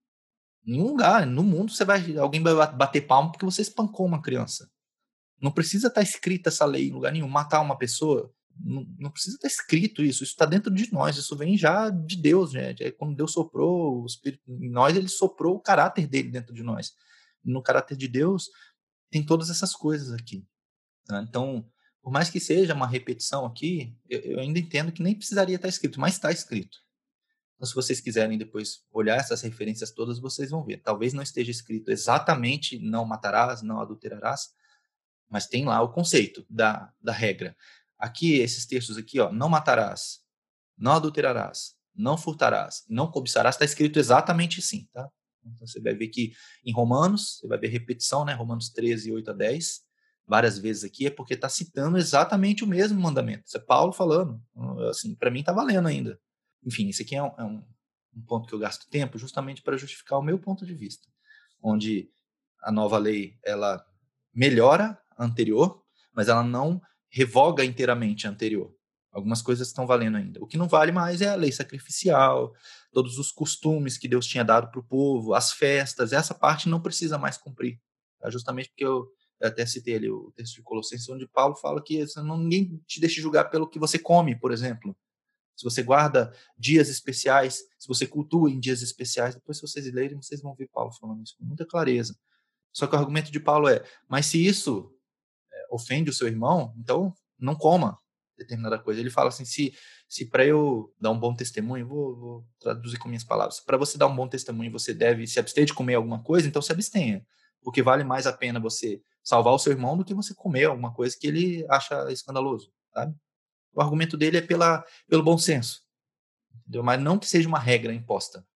Em nenhum lugar, no mundo, alguém vai bater palma porque você espancou uma criança. Não precisa estar escrita essa lei em lugar nenhum. Matar uma pessoa, não precisa estar escrito isso. Isso está dentro de nós. Isso vem já de Deus, gente. É quando Deus soprou o Espírito em nós, ele soprou o caráter dele dentro de nós. E no caráter de Deus, tem todas essas coisas aqui. Tá? Então, por mais que seja uma repetição aqui, eu ainda entendo que nem precisaria estar escrito, mas está escrito. Então, se vocês quiserem depois olhar essas referências todas, vocês vão ver. Talvez não esteja escrito exatamente não matarás, não adulterarás, mas tem lá o conceito da regra. Aqui, esses textos aqui, ó, não matarás, não adulterarás, não furtarás, não cobiçarás, está escrito exatamente assim, tá? Então, você vai ver que em Romanos, você vai ver repetição, né? Romanos 13, 8 a 10, várias vezes aqui, é porque está citando exatamente o mesmo mandamento. Isso é Paulo falando. Assim, para mim está valendo ainda. Enfim, esse aqui é um ponto que eu gasto tempo justamente para justificar o meu ponto de vista, onde a nova lei, ela melhora a anterior, mas ela não revoga inteiramente a anterior. Algumas coisas estão valendo ainda. O que não vale mais é a lei sacrificial, todos os costumes que Deus tinha dado para o povo, as festas, essa parte não precisa mais cumprir. Tá? Justamente porque eu até citei ali o texto de Colossenses, onde Paulo fala que ninguém te deixe julgar pelo que você come, por exemplo. Se você guarda dias especiais, se você cultua em dias especiais, depois se vocês lerem, vocês vão ver Paulo falando isso com muita clareza. Só que o argumento de Paulo é, mas se isso ofende o seu irmão, então não coma determinada coisa. Ele fala assim, se para eu dar um bom testemunho, vou traduzir com minhas palavras, para você dar um bom testemunho, você deve se abster de comer alguma coisa, então se abstenha, porque vale mais a pena você salvar o seu irmão do que você comer alguma coisa que ele acha escandaloso, sabe? O argumento dele é pelo bom senso, entendeu? Mas não que seja uma regra imposta.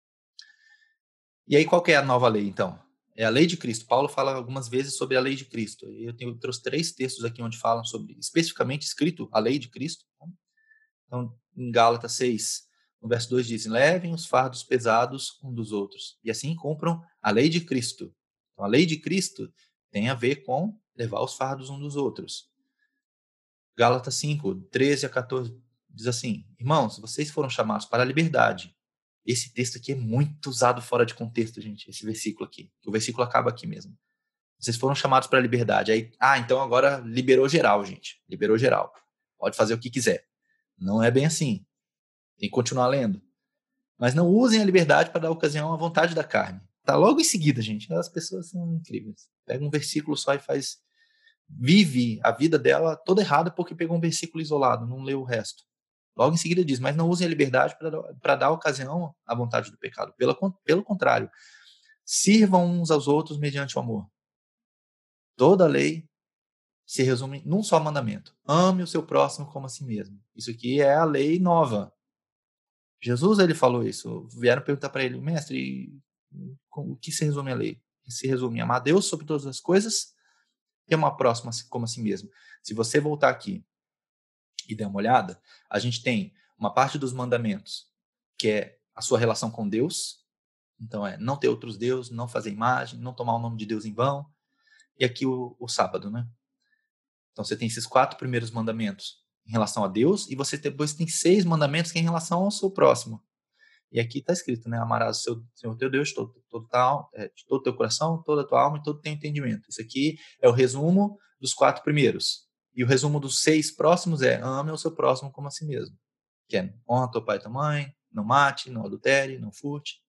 E aí qual que é a nova lei, então? É a lei de Cristo. Paulo fala algumas vezes sobre a lei de Cristo. Eu trouxe 3 textos aqui onde falam sobre, especificamente escrito, a lei de Cristo. Então, em Gálatas 6, no verso 2 diz, levem os fardos pesados um dos outros, e assim cumpram a lei de Cristo. Então, a lei de Cristo tem a ver com levar os fardos um dos outros. Gálatas 5, 13 a 14, diz assim, irmãos, vocês foram chamados para a liberdade. Esse texto aqui é muito usado fora de contexto, gente, esse versículo aqui. O versículo acaba aqui mesmo. Vocês foram chamados para a liberdade. Aí, então agora liberou geral, gente. Liberou geral. Pode fazer o que quiser. Não é bem assim. Tem que continuar lendo. Mas não usem a liberdade para dar ocasião à vontade da carne. Tá logo em seguida, gente. As pessoas são incríveis. Pega um versículo só e vive a vida dela toda errada porque pegou um versículo isolado, não leu o resto. Logo em seguida diz, mas não usem a liberdade para dar ocasião à vontade do pecado. Pelo contrário, sirvam uns aos outros mediante o amor. Toda a lei se resume num só mandamento. Ame o seu próximo como a si mesmo. Isso aqui é a lei nova. Jesus, ele falou isso. Vieram perguntar para ele, mestre, o que se resume a lei? Se resume a amar a Deus sobre todas as coisas e amar o próximo como a si mesmo. Se você voltar aqui e der uma olhada, a gente tem uma parte dos mandamentos, que é a sua relação com Deus. Então é não ter outros deuses, não fazer imagem, não tomar o nome de Deus em vão. E aqui o sábado, né? Então você tem esses 4 primeiros mandamentos em relação a Deus, e você depois tem 6 mandamentos que é em relação ao seu próximo. E aqui está escrito, né? Amarás o Senhor teu Deus de de todo o teu coração, toda a tua alma e todo o teu entendimento. Isso aqui é o resumo dos 4 primeiros. E o resumo dos 6 próximos é ame o seu próximo como a si mesmo. Que é honra teu pai e tua mãe, não mate, não adultere, não furte.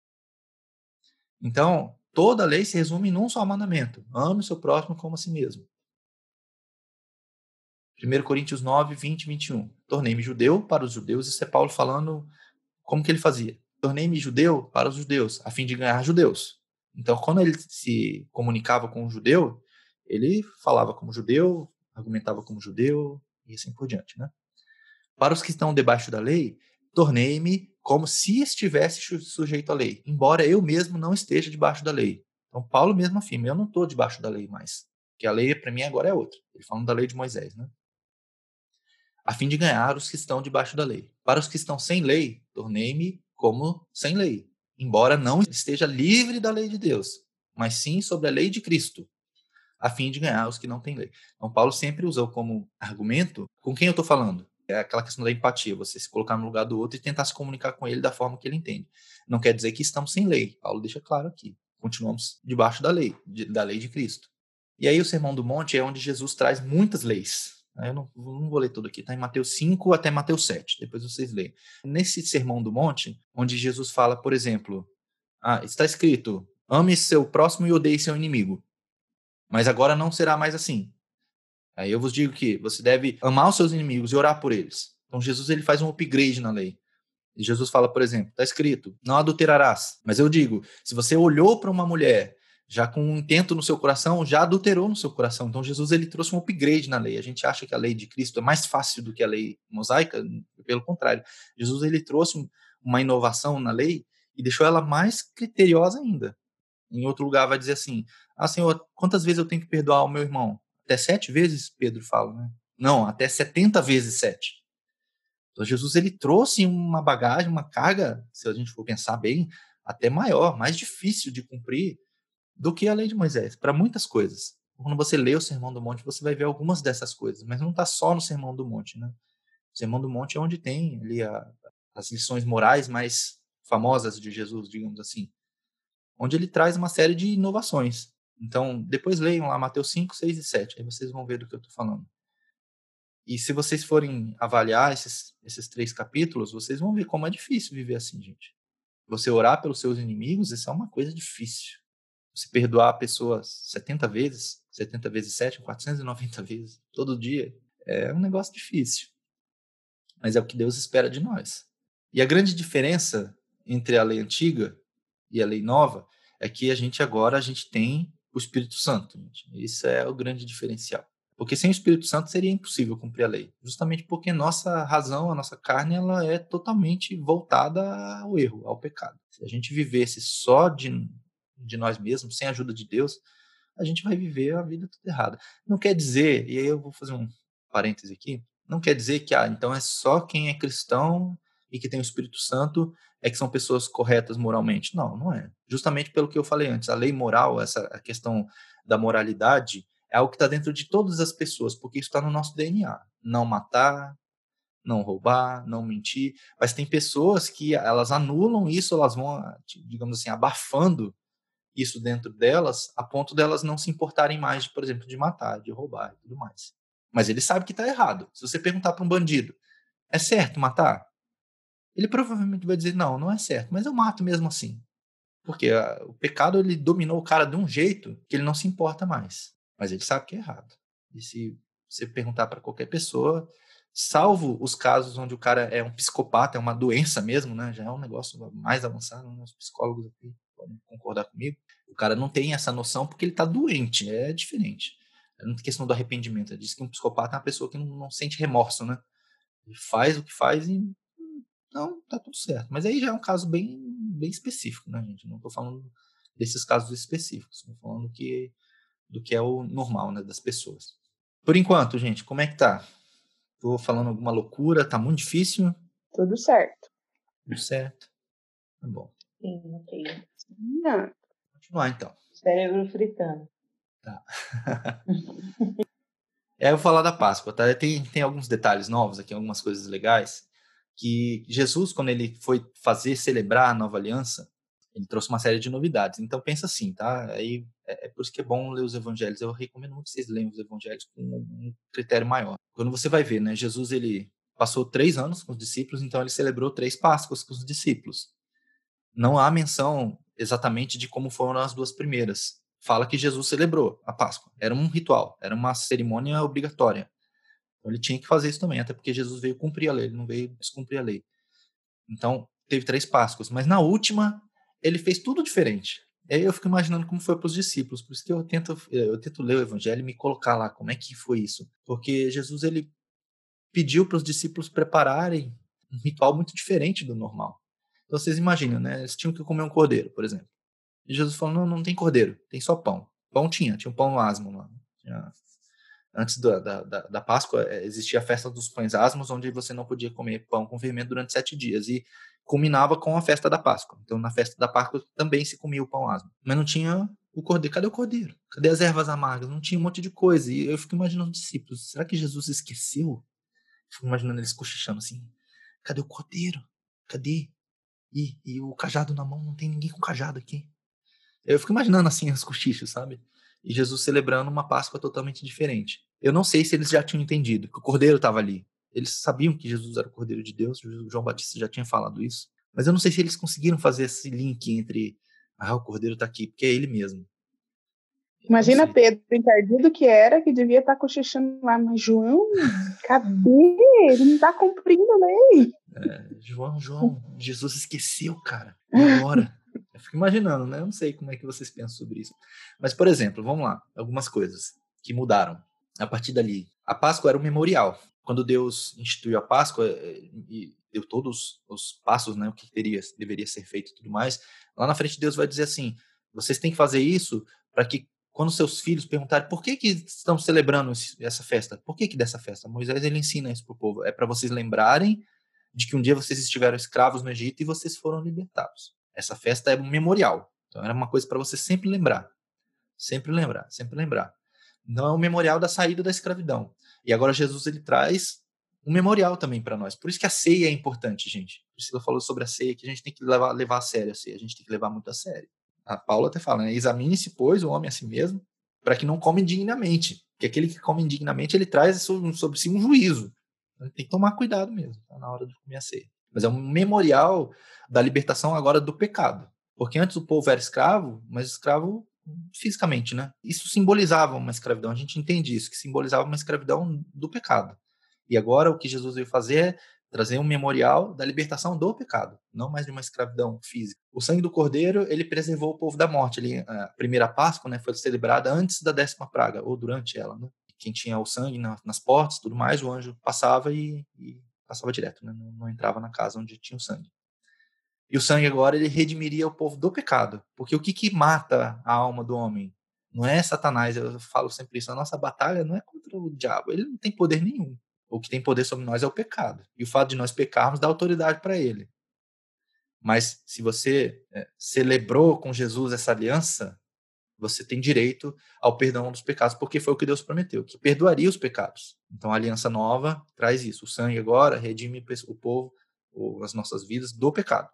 Então, toda a lei se resume num só mandamento. Ame o seu próximo como a si mesmo. 1 Coríntios 9, 20 e 21. Tornei-me judeu para os judeus. Isso é Paulo falando como que ele fazia. Tornei-me judeu para os judeus, a fim de ganhar judeus. Então, quando ele se comunicava com um judeu, ele falava como judeu, argumentava como judeu, e assim por diante, né? Para os que estão debaixo da lei, tornei-me como se estivesse sujeito à lei, embora eu mesmo não esteja debaixo da lei. Então, Paulo mesmo afirma, eu não estou debaixo da lei mais, porque a lei para mim agora é outra. Ele falando da lei de Moisés, né? A fim de ganhar os que estão debaixo da lei. Para os que estão sem lei, tornei-me como sem lei, embora não esteja livre da lei de Deus, mas sim sobre a lei de Cristo, a fim de ganhar os que não têm lei. Então, Paulo sempre usou como argumento com quem eu estou falando. É aquela questão da empatia, você se colocar no lugar do outro e tentar se comunicar com ele da forma que ele entende. Não quer dizer que estamos sem lei. Paulo deixa claro aqui. Continuamos debaixo da lei de Cristo. E aí o Sermão do Monte é onde Jesus traz muitas leis. Eu não vou ler tudo aqui, está em Mateus 5 até Mateus 7, depois vocês leem. Nesse Sermão do Monte, onde Jesus fala, por exemplo, está escrito, ame seu próximo e odeie seu inimigo. Mas agora não será mais assim. Aí eu vos digo que você deve amar os seus inimigos e orar por eles. Então Jesus ele faz um upgrade na lei. E Jesus fala, por exemplo, está escrito, não adulterarás. Mas eu digo, se você olhou para uma mulher já com um intento no seu coração, já adulterou no seu coração. Então Jesus ele trouxe um upgrade na lei. A gente acha que a lei de Cristo é mais fácil do que a lei mosaica, pelo contrário. Jesus ele trouxe uma inovação na lei e deixou ela mais criteriosa ainda. Em outro lugar vai dizer assim, Senhor, quantas vezes eu tenho que perdoar o meu irmão? Até 7 vezes, Pedro fala, né? Não, até 70 vezes 7. Então Jesus ele trouxe uma bagagem, uma carga, se a gente for pensar bem, até maior, mais difícil de cumprir do que a lei de Moisés, para muitas coisas. Quando você lê o Sermão do Monte, você vai ver algumas dessas coisas, mas não está só no Sermão do Monte, né? O Sermão do Monte é onde tem ali as lições morais mais famosas de Jesus, digamos assim, onde ele traz uma série de inovações. Então, depois leiam lá Mateus 5, 6 e 7, aí vocês vão ver do que eu estou falando. E se vocês forem avaliar esses 3 capítulos, vocês vão ver como é difícil viver assim, gente. Você orar pelos seus inimigos, isso é uma coisa difícil. Você perdoar a pessoa 70 vezes, 70 vezes 7, 490 vezes, todo dia, é um negócio difícil. Mas é o que Deus espera de nós. E a grande diferença entre a lei antiga e a lei nova é que a gente tem o Espírito Santo. Gente. Isso é o grande diferencial. Porque sem o Espírito Santo seria impossível cumprir a lei. Justamente porque nossa razão, a nossa carne, ela é totalmente voltada ao erro, ao pecado. Se a gente vivesse só de nós mesmos, sem a ajuda de Deus, a gente vai viver a vida toda errada. Não quer dizer, e aí eu vou fazer um parêntese aqui, não quer dizer que, então é só quem é cristão e que tem o Espírito Santo é que são pessoas corretas moralmente. Não, não é. Justamente pelo que eu falei antes, a lei moral, a questão da moralidade, é algo que está dentro de todas as pessoas, porque isso está no nosso DNA. Não matar, não roubar, não mentir. Mas tem pessoas que elas anulam isso, elas vão, digamos assim, abafando isso dentro delas, a ponto delas não se importarem mais, por exemplo, de matar, de roubar e tudo mais. Mas ele sabe que está errado. Se você perguntar para um bandido, é certo matar? Ele provavelmente vai dizer, não, não é certo, mas eu mato mesmo assim. Porque o pecado ele dominou o cara de um jeito que ele não se importa mais. Mas ele sabe que é errado. E se você perguntar para qualquer pessoa, salvo os casos onde o cara é um psicopata, é uma doença mesmo, né? Já é um negócio mais avançado, né? Os psicólogos aqui podem concordar comigo. cara não tem essa noção porque ele está doente, é diferente. Não tem questão do arrependimento. Diz que um psicopata é uma pessoa que não sente remorso, né? Ele faz o que faz e não, tá tudo certo. Mas aí já é um caso bem específico, né, gente? Não estou falando desses casos específicos. Estou falando do que é o normal, né, das pessoas. Por enquanto, gente, como é que tá? Tô falando alguma loucura? Tá muito difícil? Tudo certo. Tudo certo? Tá bom. Sim, ok. Não. Vou continuar, então. Cérebro fritando. Tá. Eu vou falar da Páscoa, tá? Tem alguns detalhes novos aqui, algumas coisas legais, que Jesus, quando ele foi celebrar a nova aliança, ele trouxe uma série de novidades. Então, pensa assim, tá? Aí, é por isso que é bom ler os evangelhos. Eu recomendo muito que vocês leiam os evangelhos com um critério maior. Quando você vai ver, né? Jesus, ele passou 3 anos com os discípulos, então ele celebrou 3 Páscoas com os discípulos. Não há menção exatamente de como foram as 2 primeiras. Fala que Jesus celebrou a Páscoa. Era um ritual, era uma cerimônia obrigatória. Então ele tinha que fazer isso também, até porque Jesus veio cumprir a lei, ele não veio descumprir a lei. Então, teve 3 Páscoas, mas na última, ele fez tudo diferente. Aí eu fico imaginando como foi para os discípulos, por isso que eu tento ler o evangelho e me colocar lá, como é que foi isso. Porque Jesus, ele pediu para os discípulos prepararem um ritual muito diferente do normal. Então, vocês imaginam, né? Eles tinham que comer um cordeiro, por exemplo. E Jesus falou, não tem cordeiro, tem só pão. Pão tinha um pão asmo lá. Antes da Páscoa, existia a festa dos pães asmos, onde você não podia comer pão com fermento durante 7 dias. E culminava com a festa da Páscoa. Então, na festa da Páscoa também se comia o pão asmo. Mas não tinha o cordeiro. Cadê o cordeiro? Cadê as ervas amargas? Não tinha um monte de coisa. E eu fico imaginando os discípulos. Será que Jesus esqueceu? Fico imaginando eles cochichando assim. Cadê o cordeiro? Cadê? E o cajado na mão, não tem ninguém com cajado aqui. Eu fico imaginando assim os cochichos, sabe? E Jesus celebrando uma Páscoa totalmente diferente. Eu não sei se eles já tinham entendido que o cordeiro estava ali. Eles sabiam que Jesus era o cordeiro de Deus, João Batista já tinha falado isso. Mas eu não sei se eles conseguiram fazer esse link entre o cordeiro está aqui, porque é ele mesmo. Imagina Pedro, encardido que era, que devia estar cochichando lá, mas João, cadê? Ele não está cumprindo a lei. João, Jesus esqueceu, cara. E agora? Eu fico imaginando, né? Eu não sei como é que vocês pensam sobre isso. Mas, por exemplo, vamos lá. Algumas coisas que mudaram a partir dali. A Páscoa era um memorial. Quando Deus instituiu a Páscoa e deu todos os passos, né? O que deveria ser feito e tudo mais, lá na frente Deus vai dizer assim, vocês têm que fazer isso para que quando seus filhos perguntarem por que estão celebrando essa festa, por que dessa festa? Moisés, ele ensina isso para o povo. É para vocês lembrarem de que um dia vocês estiveram escravos no Egito e vocês foram libertados. Essa festa é um memorial. Então, era uma coisa para você sempre lembrar. Sempre lembrar, sempre lembrar. Não é um memorial da saída da escravidão. E agora Jesus, ele traz um memorial também para nós. Por isso que a ceia é importante, gente. Priscila falou sobre a ceia, que a gente tem que levar a sério a ceia. A gente tem que levar muito a sério. A Paula até fala, né? Examine-se, pois, o homem a si mesmo, para que não come indignamente. Porque aquele que come indignamente, ele traz sobre si um juízo. Então, tem que tomar cuidado mesmo, tá? Na hora de comer a ceia. Mas é um memorial da libertação agora do pecado. Porque antes o povo era escravo, mas escravo fisicamente, né? Isso simbolizava uma escravidão, a gente entende isso, que simbolizava uma escravidão do pecado. E agora o que Jesus veio fazer é trazer um memorial da libertação do pecado, não mais de uma escravidão física. O sangue do cordeiro, ele preservou o povo da morte. A primeira Páscoa, né, foi celebrada antes da 10ª praga, ou durante ela, né? Quem tinha o sangue nas portas, tudo mais, o anjo passava e passava direto, né? Não entrava na casa onde tinha o sangue. E o sangue agora, ele redimiria o povo do pecado. Porque o que mata a alma do homem? Não é Satanás, eu falo sempre isso. A nossa batalha não é contra o diabo, ele não tem poder nenhum. O que tem poder sobre nós é o pecado. E o fato de nós pecarmos dá autoridade para ele. Mas se você celebrou com Jesus essa aliança, você tem direito ao perdão dos pecados, porque foi o que Deus prometeu, que perdoaria os pecados. Então a aliança nova traz isso. O sangue agora redime o povo, as nossas vidas, do pecado.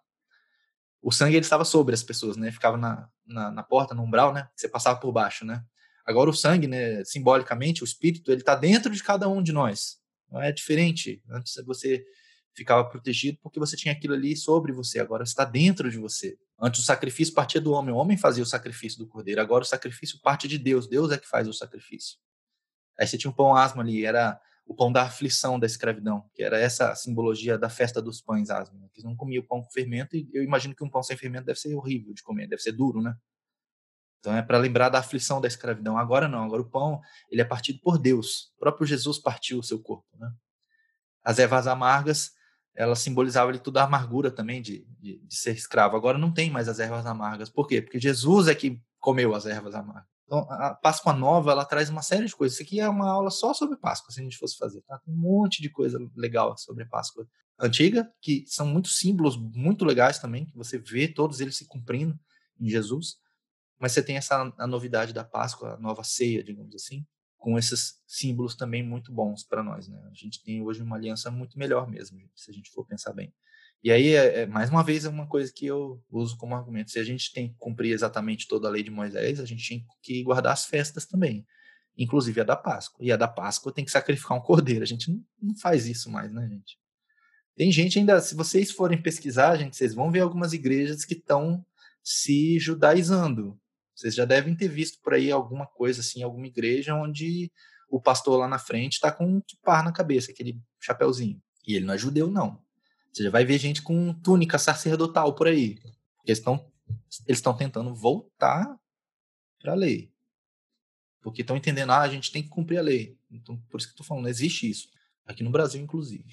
O sangue, ele estava sobre as pessoas, né? Ficava na porta, no umbral, né? Você passava por baixo, né? Agora o sangue, né? Simbolicamente, o Espírito, ele está dentro de cada um de nós. Não é diferente. Antes você ficava protegido porque você tinha aquilo ali sobre você. Agora está dentro de você. Antes o sacrifício partia do homem. O homem fazia o sacrifício do cordeiro. Agora o sacrifício parte de Deus. Deus é que faz o sacrifício. Aí você tinha um pão asmo ali. Era o pão da aflição da escravidão, que era essa simbologia da festa dos pães asmos. Eles não comiam pão com fermento, e eu imagino que um pão sem fermento deve ser horrível de comer, deve ser duro, né? Então é para lembrar da aflição da escravidão. Agora não, agora o pão ele é partido por Deus. O próprio Jesus partiu o seu corpo, né? As ervas amargas, elas simbolizavam ali toda a amargura também de ser escravo. Agora não tem mais as ervas amargas. Por quê? Porque Jesus é que comeu as ervas amargas. Então, a Páscoa Nova, ela traz uma série de coisas. Isso aqui é uma aula só sobre Páscoa, se a gente fosse fazer. Tá? Tem um monte de coisa legal sobre a Páscoa antiga, que são muitos símbolos muito legais também, que você vê todos eles se cumprindo em Jesus. Mas você tem a novidade da Páscoa, a nova ceia, digamos assim, com esses símbolos também muito bons para nós, né? A gente tem hoje uma aliança muito melhor mesmo, se a gente for pensar bem. E aí, mais uma vez, é uma coisa que eu uso como argumento. Se a gente tem que cumprir exatamente toda a lei de Moisés, a gente tem que guardar as festas também, inclusive a da Páscoa. E a da Páscoa tem que sacrificar um cordeiro. A gente não faz isso mais, né, gente? Tem gente ainda, se vocês forem pesquisar, gente, vocês vão ver algumas igrejas que estão se judaizando. Vocês já devem ter visto por aí alguma coisa assim, alguma igreja onde o pastor lá na frente está com um kippah na cabeça, aquele chapéuzinho. E ele não é judeu, não. Você já vai ver gente com túnica sacerdotal por aí. Porque eles estão tentando voltar para a lei. Porque estão entendendo, a gente tem que cumprir a lei. Então, por isso que eu estou falando, existe isso. Aqui no Brasil, inclusive.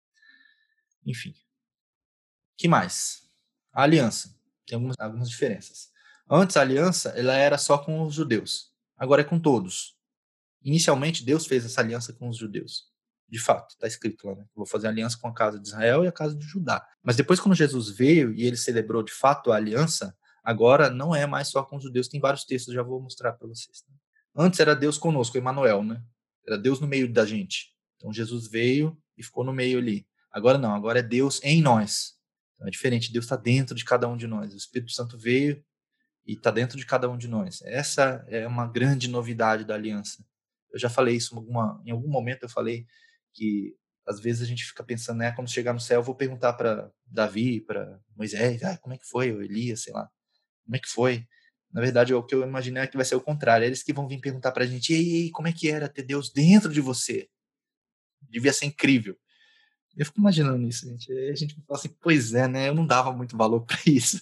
Enfim. Que mais? A aliança. Tem algumas diferenças. Antes, a aliança ela era só com os judeus. Agora é com todos. Inicialmente, Deus fez essa aliança com os judeus. De fato, está escrito lá, né? Vou fazer aliança com a casa de Israel e a casa de Judá. Mas depois, quando Jesus veio e ele celebrou de fato a aliança, agora não é mais só com os judeus. Tem vários textos, já vou mostrar para vocês. Antes era Deus conosco, Emanuel, né? Era Deus no meio da gente. Então Jesus veio e ficou no meio ali. Agora não, agora é Deus em nós. Então é diferente, Deus está dentro de cada um de nós. O Espírito Santo veio e está dentro de cada um de nós. Essa é uma grande novidade da aliança. Eu já falei isso em algum momento, eu falei que às vezes a gente fica pensando, né, quando chegar no céu eu vou perguntar para Davi, para Moisés, como é que foi, ou Elias, sei lá, como é que foi? Na verdade, o que eu imaginei é que vai ser o contrário. Eles que vão vir perguntar pra gente, ei, como é que era ter Deus dentro de você? Devia ser incrível. Eu fico imaginando isso, gente. Aí a gente fala assim, pois é, né? Eu não dava muito valor pra isso.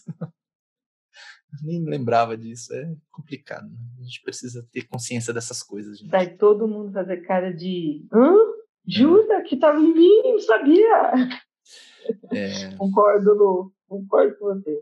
Nem lembrava disso. É complicado, né? A gente precisa ter consciência dessas coisas, gente. Vai todo mundo fazer cara de Jura que tava em mim, não sabia. Concordo, Lu. Concordo com você.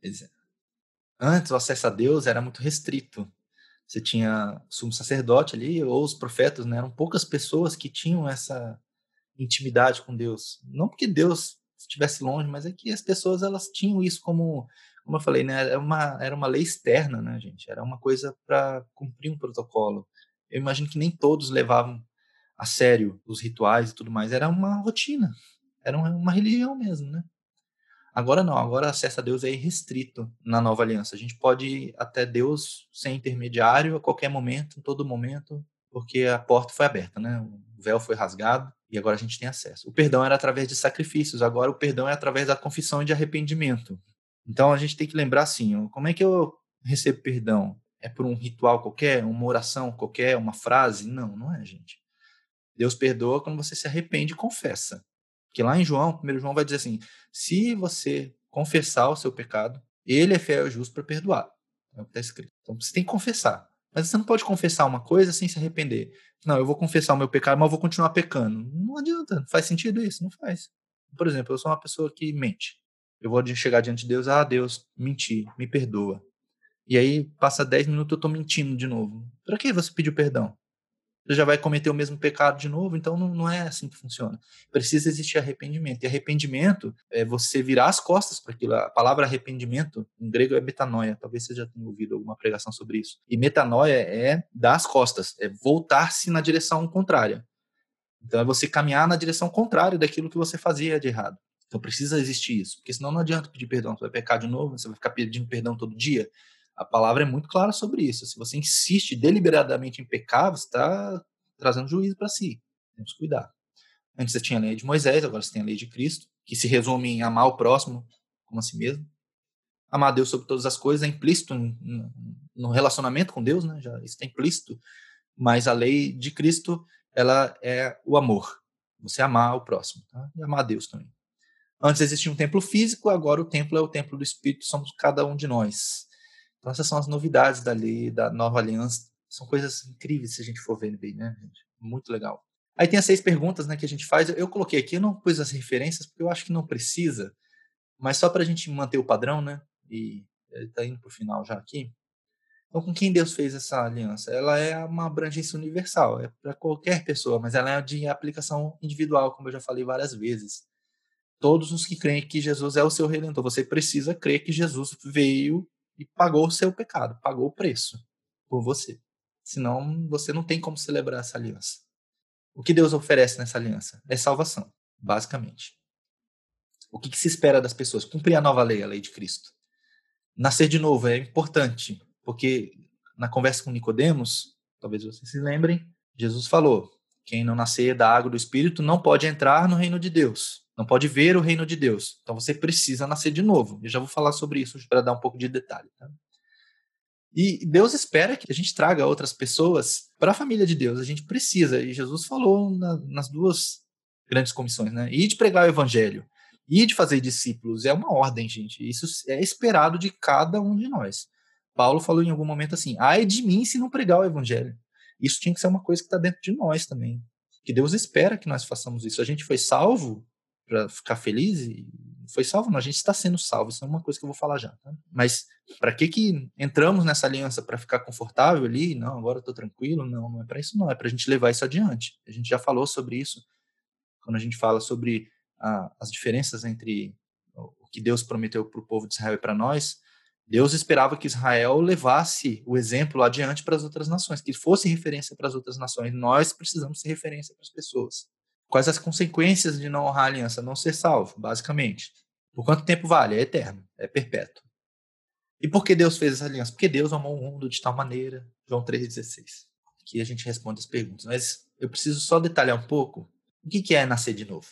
Antes, o acesso a Deus era muito restrito. Você tinha o sumo sacerdote ali, ou os profetas, né? Eram poucas pessoas que tinham essa intimidade com Deus. Não porque Deus estivesse longe, mas é que as pessoas elas tinham isso como eu falei, né? Era uma lei externa, né, gente? Era uma coisa para cumprir um protocolo. Eu imagino que nem todos levavam a sério os rituais e tudo mais. Era uma rotina. Era uma religião mesmo, né? Agora não, agora acesso a Deus é irrestrito na nova aliança. A gente pode ir até Deus sem intermediário a qualquer momento, em todo momento, porque a porta foi aberta, né? O véu foi rasgado e agora a gente tem acesso. O perdão era através de sacrifícios, agora o perdão é através da confissão e de arrependimento. Então a gente tem que lembrar assim, como é que eu recebo perdão? É por um ritual qualquer, uma oração qualquer, uma frase? Não, não é, gente. Deus perdoa quando você se arrepende e confessa. Porque lá em João, 1 João vai dizer assim, se você confessar o seu pecado, ele é fiel e justo para perdoar. É o que está escrito. Então você tem que confessar. Mas você não pode confessar uma coisa sem se arrepender. Não, eu vou confessar o meu pecado, mas eu vou continuar pecando. Não adianta. Não faz sentido isso? Não faz. Por exemplo, eu sou uma pessoa que mente. Eu vou chegar diante de Deus, Deus, menti, me perdoa. E aí, passa 10 minutos, eu estou mentindo de novo. Para que você pediu perdão? Você já vai cometer o mesmo pecado de novo, então não é assim que funciona. Precisa existir arrependimento. E arrependimento é você virar as costas para aquilo. A palavra arrependimento, em grego, é metanoia. Talvez você já tenha ouvido alguma pregação sobre isso. E metanoia é dar as costas, é voltar-se na direção contrária. Então é você caminhar na direção contrária daquilo que você fazia de errado. Então precisa existir isso, porque senão não adianta pedir perdão. Você vai pecar de novo, você vai ficar pedindo perdão todo dia. A palavra é muito clara sobre isso. Se você insiste deliberadamente em pecar, você está trazendo juízo para si. Temos que cuidar. Antes você tinha a lei de Moisés, agora você tem a lei de Cristo, que se resume em amar o próximo como a si mesmo. Amar a Deus sobre todas as coisas é implícito no relacionamento com Deus, né? Já isso está implícito. Mas a lei de Cristo, ela é o amor. Você amar o próximo, tá? E amar a Deus também. Antes existia um templo físico, agora o templo é o templo do Espírito, somos cada um de nós. Então essas são as novidades da lei, da nova aliança. São coisas incríveis se a gente for ver bem, né, gente? Muito legal. Aí tem as 6 perguntas, né, que a gente faz. Eu coloquei aqui, eu não pus as referências, porque eu acho que não precisa, mas só para a gente manter o padrão, né? E ele está indo para o final já aqui. Então, com quem Deus fez essa aliança? Ela é uma abrangência universal, é para qualquer pessoa, mas ela é de aplicação individual, como eu já falei várias vezes. Todos os que creem que Jesus é o seu Redentor, você precisa crer que Jesus veio e pagou o seu pecado, pagou o preço por você. Senão, você não tem como celebrar essa aliança. O que Deus oferece nessa aliança? É salvação, basicamente. O que se espera das pessoas? Cumprir a nova lei, a lei de Cristo. Nascer de novo é importante, porque na conversa com Nicodemos, talvez vocês se lembrem, Jesus falou: quem não nascer da água do Espírito não pode entrar no reino de Deus, não pode ver o reino de Deus. Então você precisa nascer de novo. Eu já vou falar sobre isso para dar um pouco de detalhe. Tá? E Deus espera que a gente traga outras pessoas para a família de Deus. A gente precisa. E Jesus falou nas 2 grandes comissões, né? E de pregar o evangelho e de fazer discípulos. É uma ordem, gente. Isso é esperado de cada um de nós. Paulo falou em algum momento assim: ai de mim se não pregar o evangelho. Isso tinha que ser uma coisa que está dentro de nós também. Que Deus espera que nós façamos isso. A gente foi salvo para ficar feliz e foi salvo, não, a gente está sendo salvo, isso é uma coisa que eu vou falar já, tá? Mas para que entramos nessa aliança? Para ficar confortável ali? Não, agora eu estou tranquilo? Não, não é para isso não, é para a gente levar isso adiante. A gente já falou sobre isso, quando a gente fala sobre as diferenças entre o que Deus prometeu para o povo de Israel e para nós. Deus esperava que Israel levasse o exemplo adiante para as outras nações, que fosse referência para as outras nações. Nós precisamos ser referência para as pessoas. Quais as consequências de não honrar a aliança? Não ser salvo, basicamente. Por quanto tempo vale? É eterno, é perpétuo. E por que Deus fez essa aliança? Porque Deus amou o mundo de tal maneira. João 3,16. Aqui a gente responde as perguntas. Mas eu preciso só detalhar um pouco o que é nascer de novo.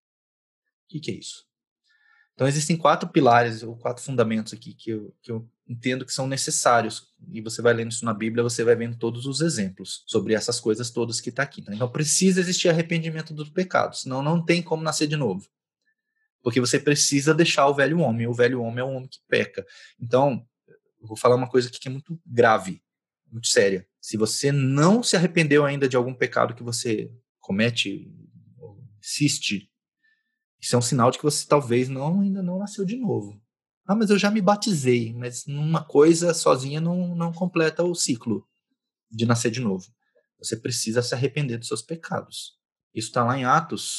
O que é isso? Então existem 4 pilares ou 4 fundamentos aqui que eu entendo que são necessários. E você vai lendo isso na Bíblia, você vai vendo todos os exemplos sobre essas coisas todas que está aqui. Tá? Então precisa existir arrependimento dos pecados, senão não tem como nascer de novo. Porque você precisa deixar o velho homem. O velho homem é o homem que peca. Então, eu vou falar uma coisa aqui que é muito grave, muito séria. Se você não se arrependeu ainda de algum pecado que você comete, ou insiste, isso é um sinal de que você talvez ainda não nasceu de novo. Ah, mas eu já me batizei. Mas uma coisa sozinha não completa o ciclo de nascer de novo. Você precisa se arrepender dos seus pecados. Isso está lá em Atos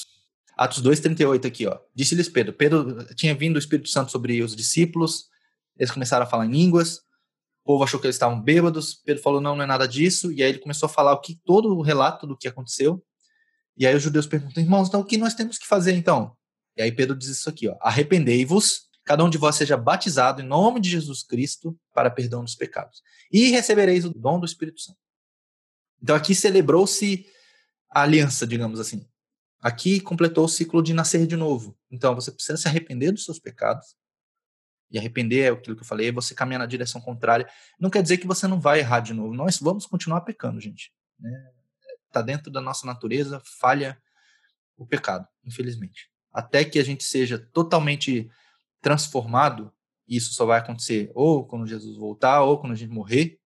2,38 aqui, ó. Disse-lhes Pedro. Pedro tinha vindo o Espírito Santo sobre os discípulos, eles começaram a falar em línguas, o povo achou que eles estavam bêbados, Pedro falou, não é nada disso, e aí ele começou a falar todo o relato do que aconteceu, e aí os judeus perguntam, irmãos, então o que nós temos que fazer então? E aí Pedro diz isso aqui, ó, arrependei-vos, cada um de vós seja batizado em nome de Jesus Cristo para perdão dos pecados, e recebereis o dom do Espírito Santo. Então aqui celebrou-se a aliança, digamos assim. Aqui completou o ciclo de nascer de novo. Então, você precisa se arrepender dos seus pecados. E arrepender é aquilo que eu falei, é você caminhar na direção contrária. Não quer dizer que você não vai errar de novo. Nós vamos continuar pecando, gente. Está dentro da nossa natureza, falha o pecado, infelizmente. Até que a gente seja totalmente transformado, e isso só vai acontecer ou quando Jesus voltar, ou quando a gente morrer.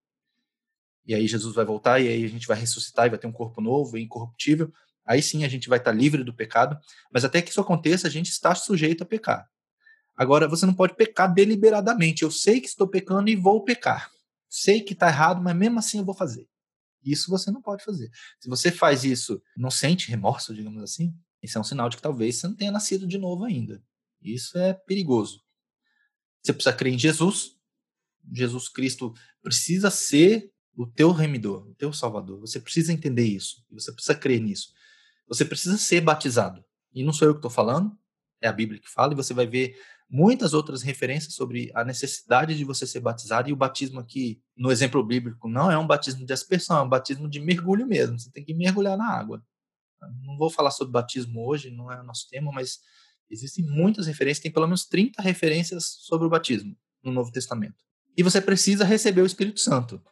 E aí Jesus vai voltar, e aí a gente vai ressuscitar e vai ter um corpo novo, incorruptível. Aí sim a gente vai estar livre do pecado, mas até que isso aconteça, a gente está sujeito a pecar. Agora, você não pode pecar deliberadamente. Eu sei que estou pecando e vou pecar. Sei que está errado, mas mesmo assim eu vou fazer. Isso você não pode fazer. Se você faz isso, não sente remorso, digamos assim, isso é um sinal de que talvez você não tenha nascido de novo ainda. Isso é perigoso. Você precisa crer em Jesus. Jesus Cristo precisa ser o teu remidor, o teu salvador. Você precisa entender isso. Você precisa crer nisso. Você precisa ser batizado. E não sou eu que estou falando, é a Bíblia que fala, e você vai ver muitas outras referências sobre a necessidade de você ser batizado, e o batismo aqui, no exemplo bíblico, não é um batismo de aspersão, é um batismo de mergulho mesmo. Você tem que mergulhar na água. Não vou falar sobre batismo hoje, não é o nosso tema, mas existem muitas referências, tem pelo menos 30 referências sobre o batismo no Novo Testamento. E você precisa receber o Espírito Santo.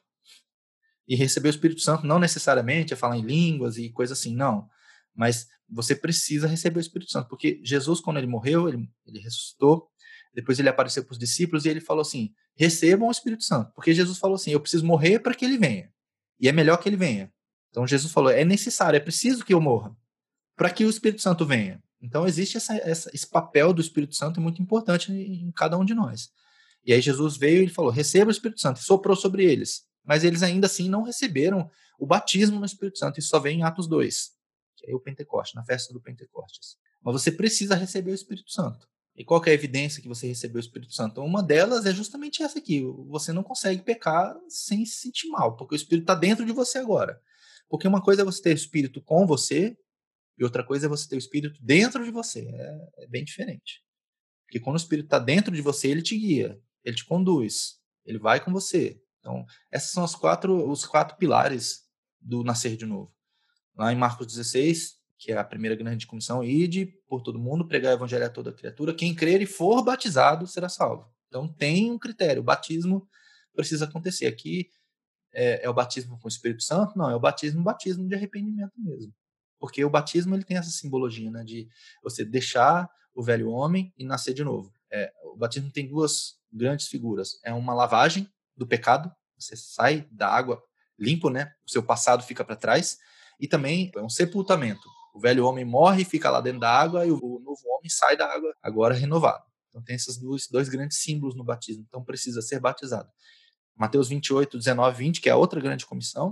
E receber o Espírito Santo não necessariamente é falar em línguas e coisa assim, não. Mas você precisa receber o Espírito Santo, porque Jesus, quando ele morreu, ele ressuscitou, Depois ele apareceu para os discípulos e ele falou assim, recebam o Espírito Santo. Porque Jesus falou assim, eu preciso morrer para que ele venha. E é melhor que ele venha. Então Jesus falou, é necessário, é preciso que eu morra para que o Espírito Santo venha. Então existe esse papel do Espírito Santo muito importante em cada um de nós. E aí Jesus veio e ele falou, receba o Espírito Santo, e soprou sobre eles. Mas eles ainda assim não receberam o batismo no Espírito Santo. Isso só vem em Atos 2, que é o Pentecoste, na festa do Pentecostes. Mas você precisa receber o Espírito Santo. E qual que é a evidência que você recebeu o Espírito Santo? Uma delas é justamente essa aqui. Você não consegue pecar sem se sentir mal, porque o Espírito está dentro de você agora. Porque uma coisa é você ter o Espírito com você, e outra coisa é você ter o Espírito dentro de você. É bem diferente. Porque quando o Espírito está dentro de você, ele te guia, ele te conduz, ele vai com você. Então, esses são os quatro pilares do nascer de novo. Lá em Marcos 16, que é a primeira grande comissão, ide por todo mundo, pregar o evangelho a toda criatura, quem crer e for batizado será salvo. Então tem um critério, o batismo precisa acontecer. Aqui é o batismo com o Espírito Santo? Não, é o batismo de arrependimento mesmo. Porque o batismo ele tem essa simbologia, né, de você deixar o velho homem e nascer de novo. O batismo tem duas grandes figuras. É uma lavagem do pecado, você sai da água limpo, né? O seu passado fica para trás. E também é um sepultamento. O velho homem morre e fica lá dentro da água e o novo homem sai da água agora renovado. Então tem esses dois grandes símbolos no batismo. Então precisa ser batizado. Mateus 28, 19, 20, que é a outra grande comissão.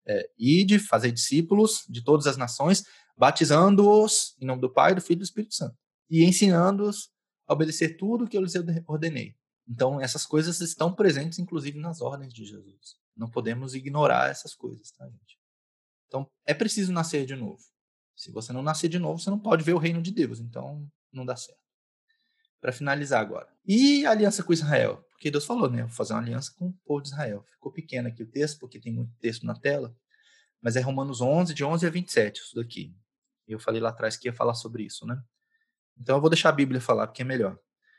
Ide, fazer discípulos de todas as nações, batizando-os em nome do Pai, do Filho e do Espírito Santo. E ensinando-os a obedecer tudo o que eu lhes ordenei. Então essas coisas estão presentes, inclusive, nas ordens de Jesus. Não podemos ignorar essas coisas, tá, gente? Então, é preciso nascer de novo. Se você não nascer de novo, você não pode ver o reino de Deus. Então, não dá certo. Para finalizar agora. E a aliança com Israel? Porque Deus falou, né? Vou fazer uma aliança com o povo de Israel. Ficou pequeno aqui o texto, porque tem muito texto na tela. Mas é Romanos 11, de 11 a 27, isso daqui. Eu falei lá atrás que ia falar sobre isso, né? Então, eu vou deixar a Bíblia falar, porque é melhor.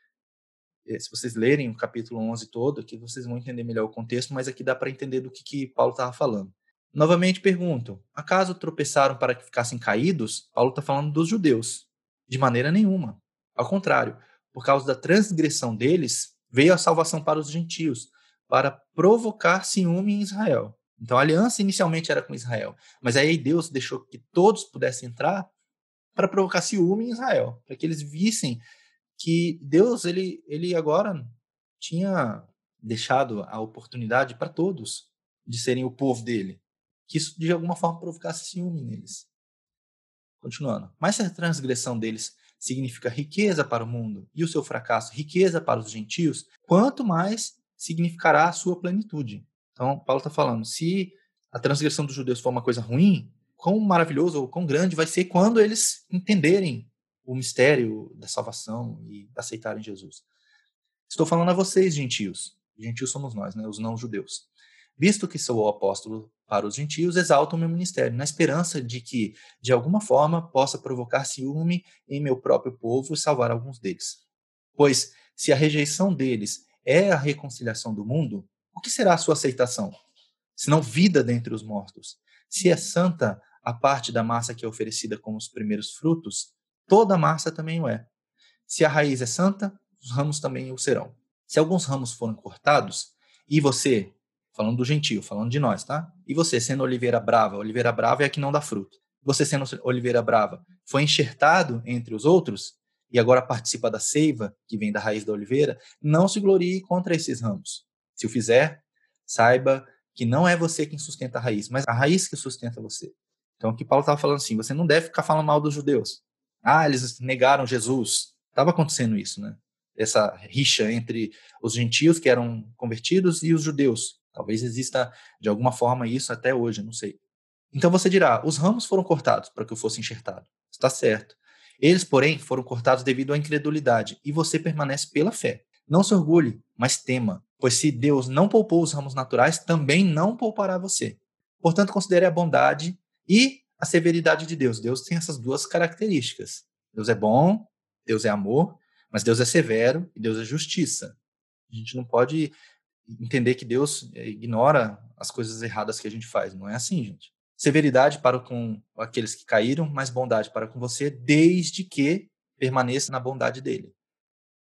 Se vocês lerem o capítulo 11 todo, aqui vocês vão entender melhor o contexto, mas aqui dá para entender do que Paulo estava falando. Novamente pergunto, acaso tropeçaram para que ficassem caídos? Paulo está falando dos judeus. De maneira nenhuma. Ao contrário, por causa da transgressão deles, veio a salvação para os gentios, para provocar ciúme em Israel. Então a aliança inicialmente era com Israel, mas aí Deus deixou que todos pudessem entrar para provocar ciúme em Israel, para que eles vissem que Deus ele agora tinha deixado a oportunidade para todos de serem o povo dele. Que isso, de alguma forma, provocasse ciúme neles. Continuando. Mas se a transgressão deles significa riqueza para o mundo e o seu fracasso riqueza para os gentios, quanto mais significará a sua plenitude. Então, Paulo está falando, se a transgressão dos judeus for uma coisa ruim, quão maravilhoso ou quão grande vai ser quando eles entenderem o mistério da salvação e aceitarem Jesus. Estou falando a vocês, gentios. Gentios somos nós, né? Os não-judeus. Visto que sou o apóstolo para os gentios, exalto o meu ministério, na esperança de que, de alguma forma, possa provocar ciúme em meu próprio povo e salvar alguns deles. Pois, se a rejeição deles é a reconciliação do mundo, o que será a sua aceitação? Senão vida dentre os mortos. Se é santa a parte da massa que é oferecida como os primeiros frutos, toda a massa também o é. Se a raiz é santa, os ramos também o serão. Se alguns ramos foram cortados, e você, falando do gentio, falando de nós, tá? E você, sendo oliveira brava é a que não dá fruto. Você, sendo oliveira brava, foi enxertado entre os outros, e agora participa da seiva, que vem da raiz da oliveira, não se glorie contra esses ramos. Se o fizer, saiba que não é você quem sustenta a raiz, mas a raiz que sustenta você. Então, aqui Paulo estava falando assim, você não deve ficar falando mal dos judeus. Eles negaram Jesus. Estava acontecendo isso, né? Essa rixa entre os gentios que eram convertidos e os judeus. Talvez exista, de alguma forma, isso até hoje, não sei. Então você dirá, os ramos foram cortados para que eu fosse enxertado. Está certo. Eles, porém, foram cortados devido à incredulidade, e você permanece pela fé. Não se orgulhe, mas tema, pois se Deus não poupou os ramos naturais, também não poupará você. Portanto, considere a bondade e a severidade de Deus. Deus tem essas duas características. Deus é bom, Deus é amor, mas Deus é severo e Deus é justiça. A gente não pode entender que Deus ignora as coisas erradas que a gente faz. Não é assim, gente. Severidade para com aqueles que caíram, mas bondade para com você, desde que permaneça na bondade dele.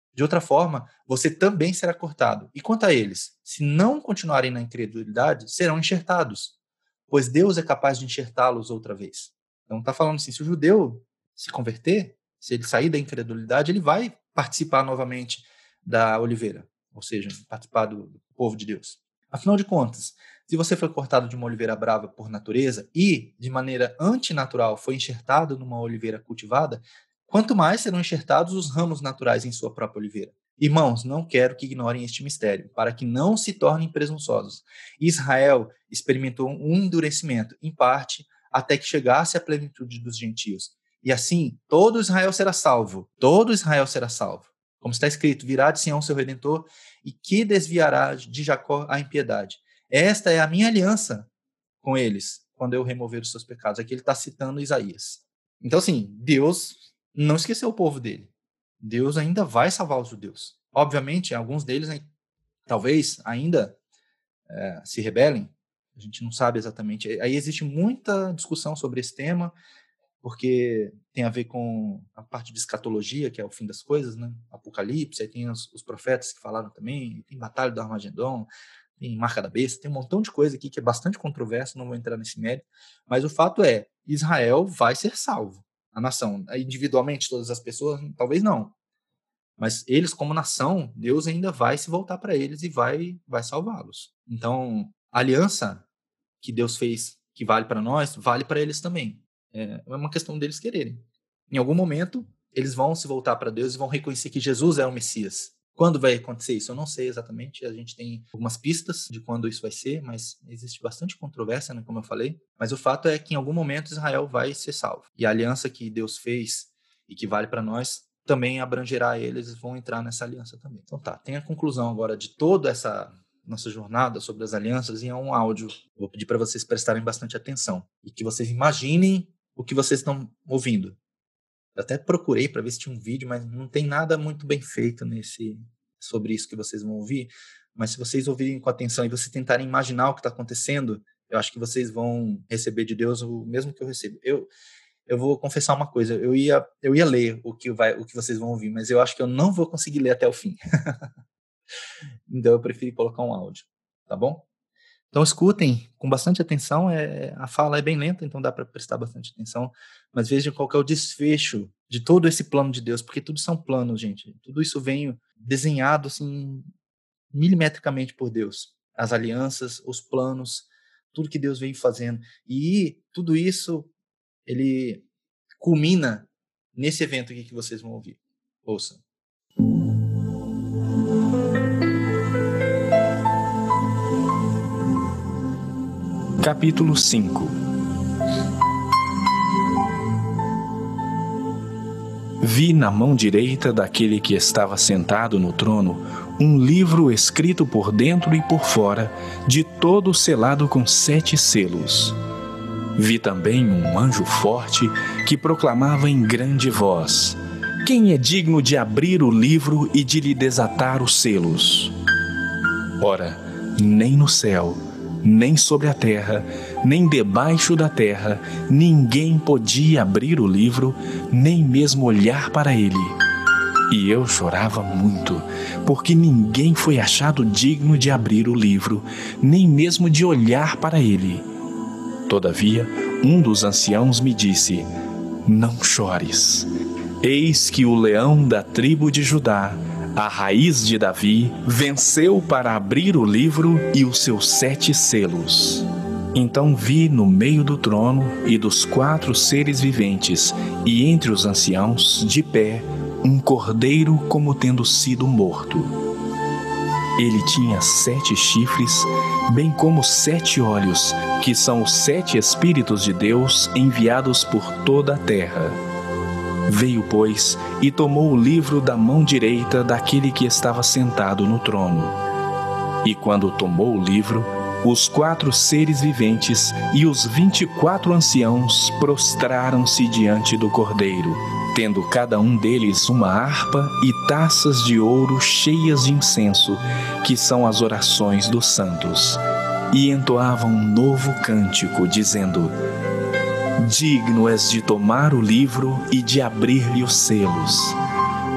De outra forma, você também será cortado. E quanto a eles, se não continuarem na incredulidade, serão enxertados, pois Deus é capaz de enxertá-los outra vez. Então está falando assim, se o judeu se converter, se ele sair da incredulidade, ele vai participar novamente da oliveira, ou seja, participar do povo de Deus. Afinal de contas, se você foi cortado de uma oliveira brava por natureza e, de maneira antinatural, foi enxertado numa oliveira cultivada, quanto mais serão enxertados os ramos naturais em sua própria oliveira. Irmãos, não quero que ignorem este mistério, para que não se tornem presunçosos. Israel experimentou um endurecimento, em parte, até que chegasse à plenitude dos gentios. E assim, todo Israel será salvo. Todo Israel será salvo. Como está escrito, virá de Sião seu Redentor, e que desviará de Jacó a impiedade. Esta é a minha aliança com eles, quando eu remover os seus pecados. Aqui ele está citando Isaías. Então, assim, Deus não esqueceu o povo dele. Deus ainda vai salvar os judeus. Obviamente, alguns deles talvez ainda se rebelem. A gente não sabe exatamente. Aí existe muita discussão sobre esse tema, porque tem a ver com a parte de escatologia, que é o fim das coisas, né? Apocalipse, aí tem os profetas que falaram também, tem Batalha do Armagedon, tem Marca da Besta, tem um montão de coisa aqui que é bastante controverso, não vou entrar nesse mérito, mas o fato é, Israel vai ser salvo, a nação. Individualmente, todas as pessoas, talvez não, mas eles como nação, Deus ainda vai se voltar para eles e vai salvá-los. Então, a aliança que Deus fez, que vale para nós, vale para eles também. É uma questão deles quererem. Em algum momento, eles vão se voltar para Deus e vão reconhecer que Jesus é o Messias. Quando vai acontecer isso? Eu não sei exatamente. A gente tem algumas pistas de quando isso vai ser, mas existe bastante controvérsia, né, como eu falei. Mas o fato é que em algum momento Israel vai ser salvo. E a aliança que Deus fez e que vale para nós também abrangerá eles, vão entrar nessa aliança também. Então tá, tem a conclusão agora de toda essa nossa jornada sobre as alianças em um áudio. Vou pedir para vocês prestarem bastante atenção e que vocês imaginem o que vocês estão ouvindo. Eu até procurei para ver se tinha um vídeo, mas não tem nada muito bem feito sobre isso que vocês vão ouvir. Mas se vocês ouvirem com atenção e vocês tentarem imaginar o que está acontecendo, eu acho que vocês vão receber de Deus o mesmo que eu recebo. Eu vou confessar uma coisa, eu ia ler o que vocês vão ouvir, mas eu acho que eu não vou conseguir ler até o fim. Então eu preferi colocar um áudio, tá bom? Então escutem com bastante atenção, a fala é bem lenta, então dá para prestar bastante atenção, mas vejam qual que é o desfecho de todo esse plano de Deus, porque tudo são planos, gente. Tudo isso vem desenhado assim, milimetricamente por Deus. As alianças, os planos, tudo que Deus veio fazendo. E tudo isso, ele culmina nesse evento aqui que vocês vão ouvir. Ouçam. Capítulo 5. Vi na mão direita daquele que estava sentado no trono um livro escrito por dentro e por fora, de todo selado com 7 selos. Vi também um anjo forte que proclamava em grande voz: quem é digno de abrir o livro e de lhe desatar os selos? Ora, nem no céu, nem sobre a terra, nem debaixo da terra, ninguém podia abrir o livro, nem mesmo olhar para ele. E eu chorava muito, porque ninguém foi achado digno de abrir o livro, nem mesmo de olhar para ele. Todavia, um dos anciãos me disse: não chores. Eis que o leão da tribo de Judá, a raiz de Davi, venceu para abrir o livro e os seus 7 selos. Então vi no meio do trono e dos 4 seres viventes, e entre os anciãos, de pé, um cordeiro como tendo sido morto. Ele tinha 7 chifres, bem como 7 olhos, que são os 7 Espíritos de Deus enviados por toda a terra. Veio, pois, e tomou o livro da mão direita daquele que estava sentado no trono. E quando tomou o livro, os 4 seres viventes e os 24 anciãos prostraram-se diante do Cordeiro, tendo cada um deles uma harpa e taças de ouro cheias de incenso, que são as orações dos santos. E entoavam um novo cântico, dizendo: digno és de tomar o livro e de abrir-lhe os selos,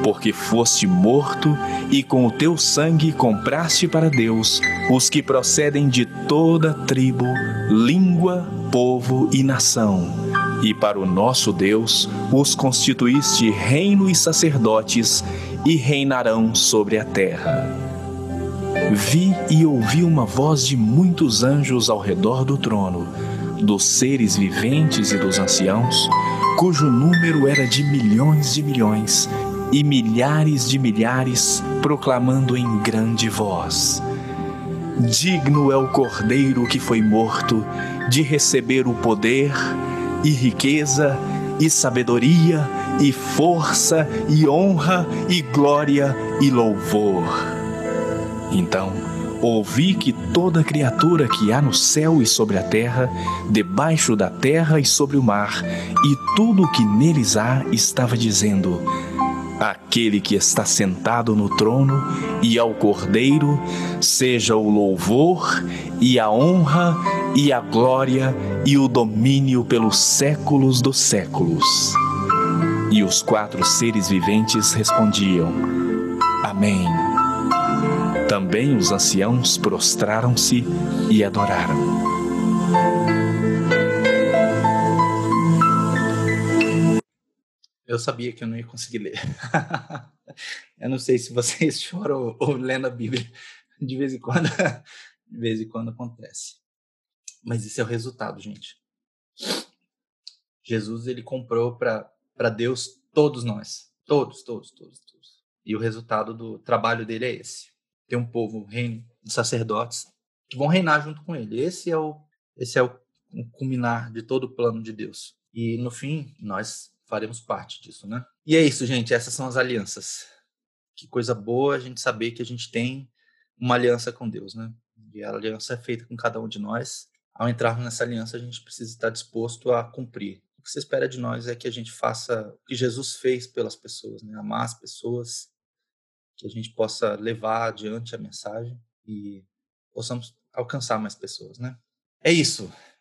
porque foste morto e com o teu sangue compraste para Deus os que procedem de toda tribo, língua, povo e nação. E para o nosso Deus os constituíste reino e sacerdotes, e reinarão sobre a terra. Vi e ouvi uma voz de muitos anjos ao redor do trono, dos seres viventes e dos anciãos, cujo número era de milhões e milhares de milhares, proclamando em grande voz: digno é o Cordeiro que foi morto de receber o poder e riqueza e sabedoria e força e honra e glória e louvor. Então ouvi que toda criatura que há no céu e sobre a terra, debaixo da terra e sobre o mar, e tudo o que neles há, estava dizendo: aquele que está sentado no trono e ao Cordeiro, seja o louvor e a honra e a glória e o domínio pelos séculos dos séculos. E os 4 seres viventes respondiam: Amém. Também os anciãos prostraram-se e adoraram. Eu sabia que eu não ia conseguir ler. Eu não sei se vocês choram ou lendo a Bíblia. De vez em quando acontece. Mas esse é o resultado, gente. Jesus, ele comprou para Deus todos nós. Todos. E o resultado do trabalho dele é esse. Ter um povo, um reino de sacerdotes que vão reinar junto com ele. Esse é o culminar de todo o plano de Deus. E no fim, nós faremos parte disso, né? E é isso, gente. Essas são as alianças. Que coisa boa a gente saber que a gente tem uma aliança com Deus, né? E a aliança é feita com cada um de nós. Ao entrarmos nessa aliança, a gente precisa estar disposto a cumprir. O que se espera de nós é que a gente faça o que Jesus fez pelas pessoas, né? Amar as pessoas, que a gente possa levar adiante a mensagem e possamos alcançar mais pessoas, né? É isso.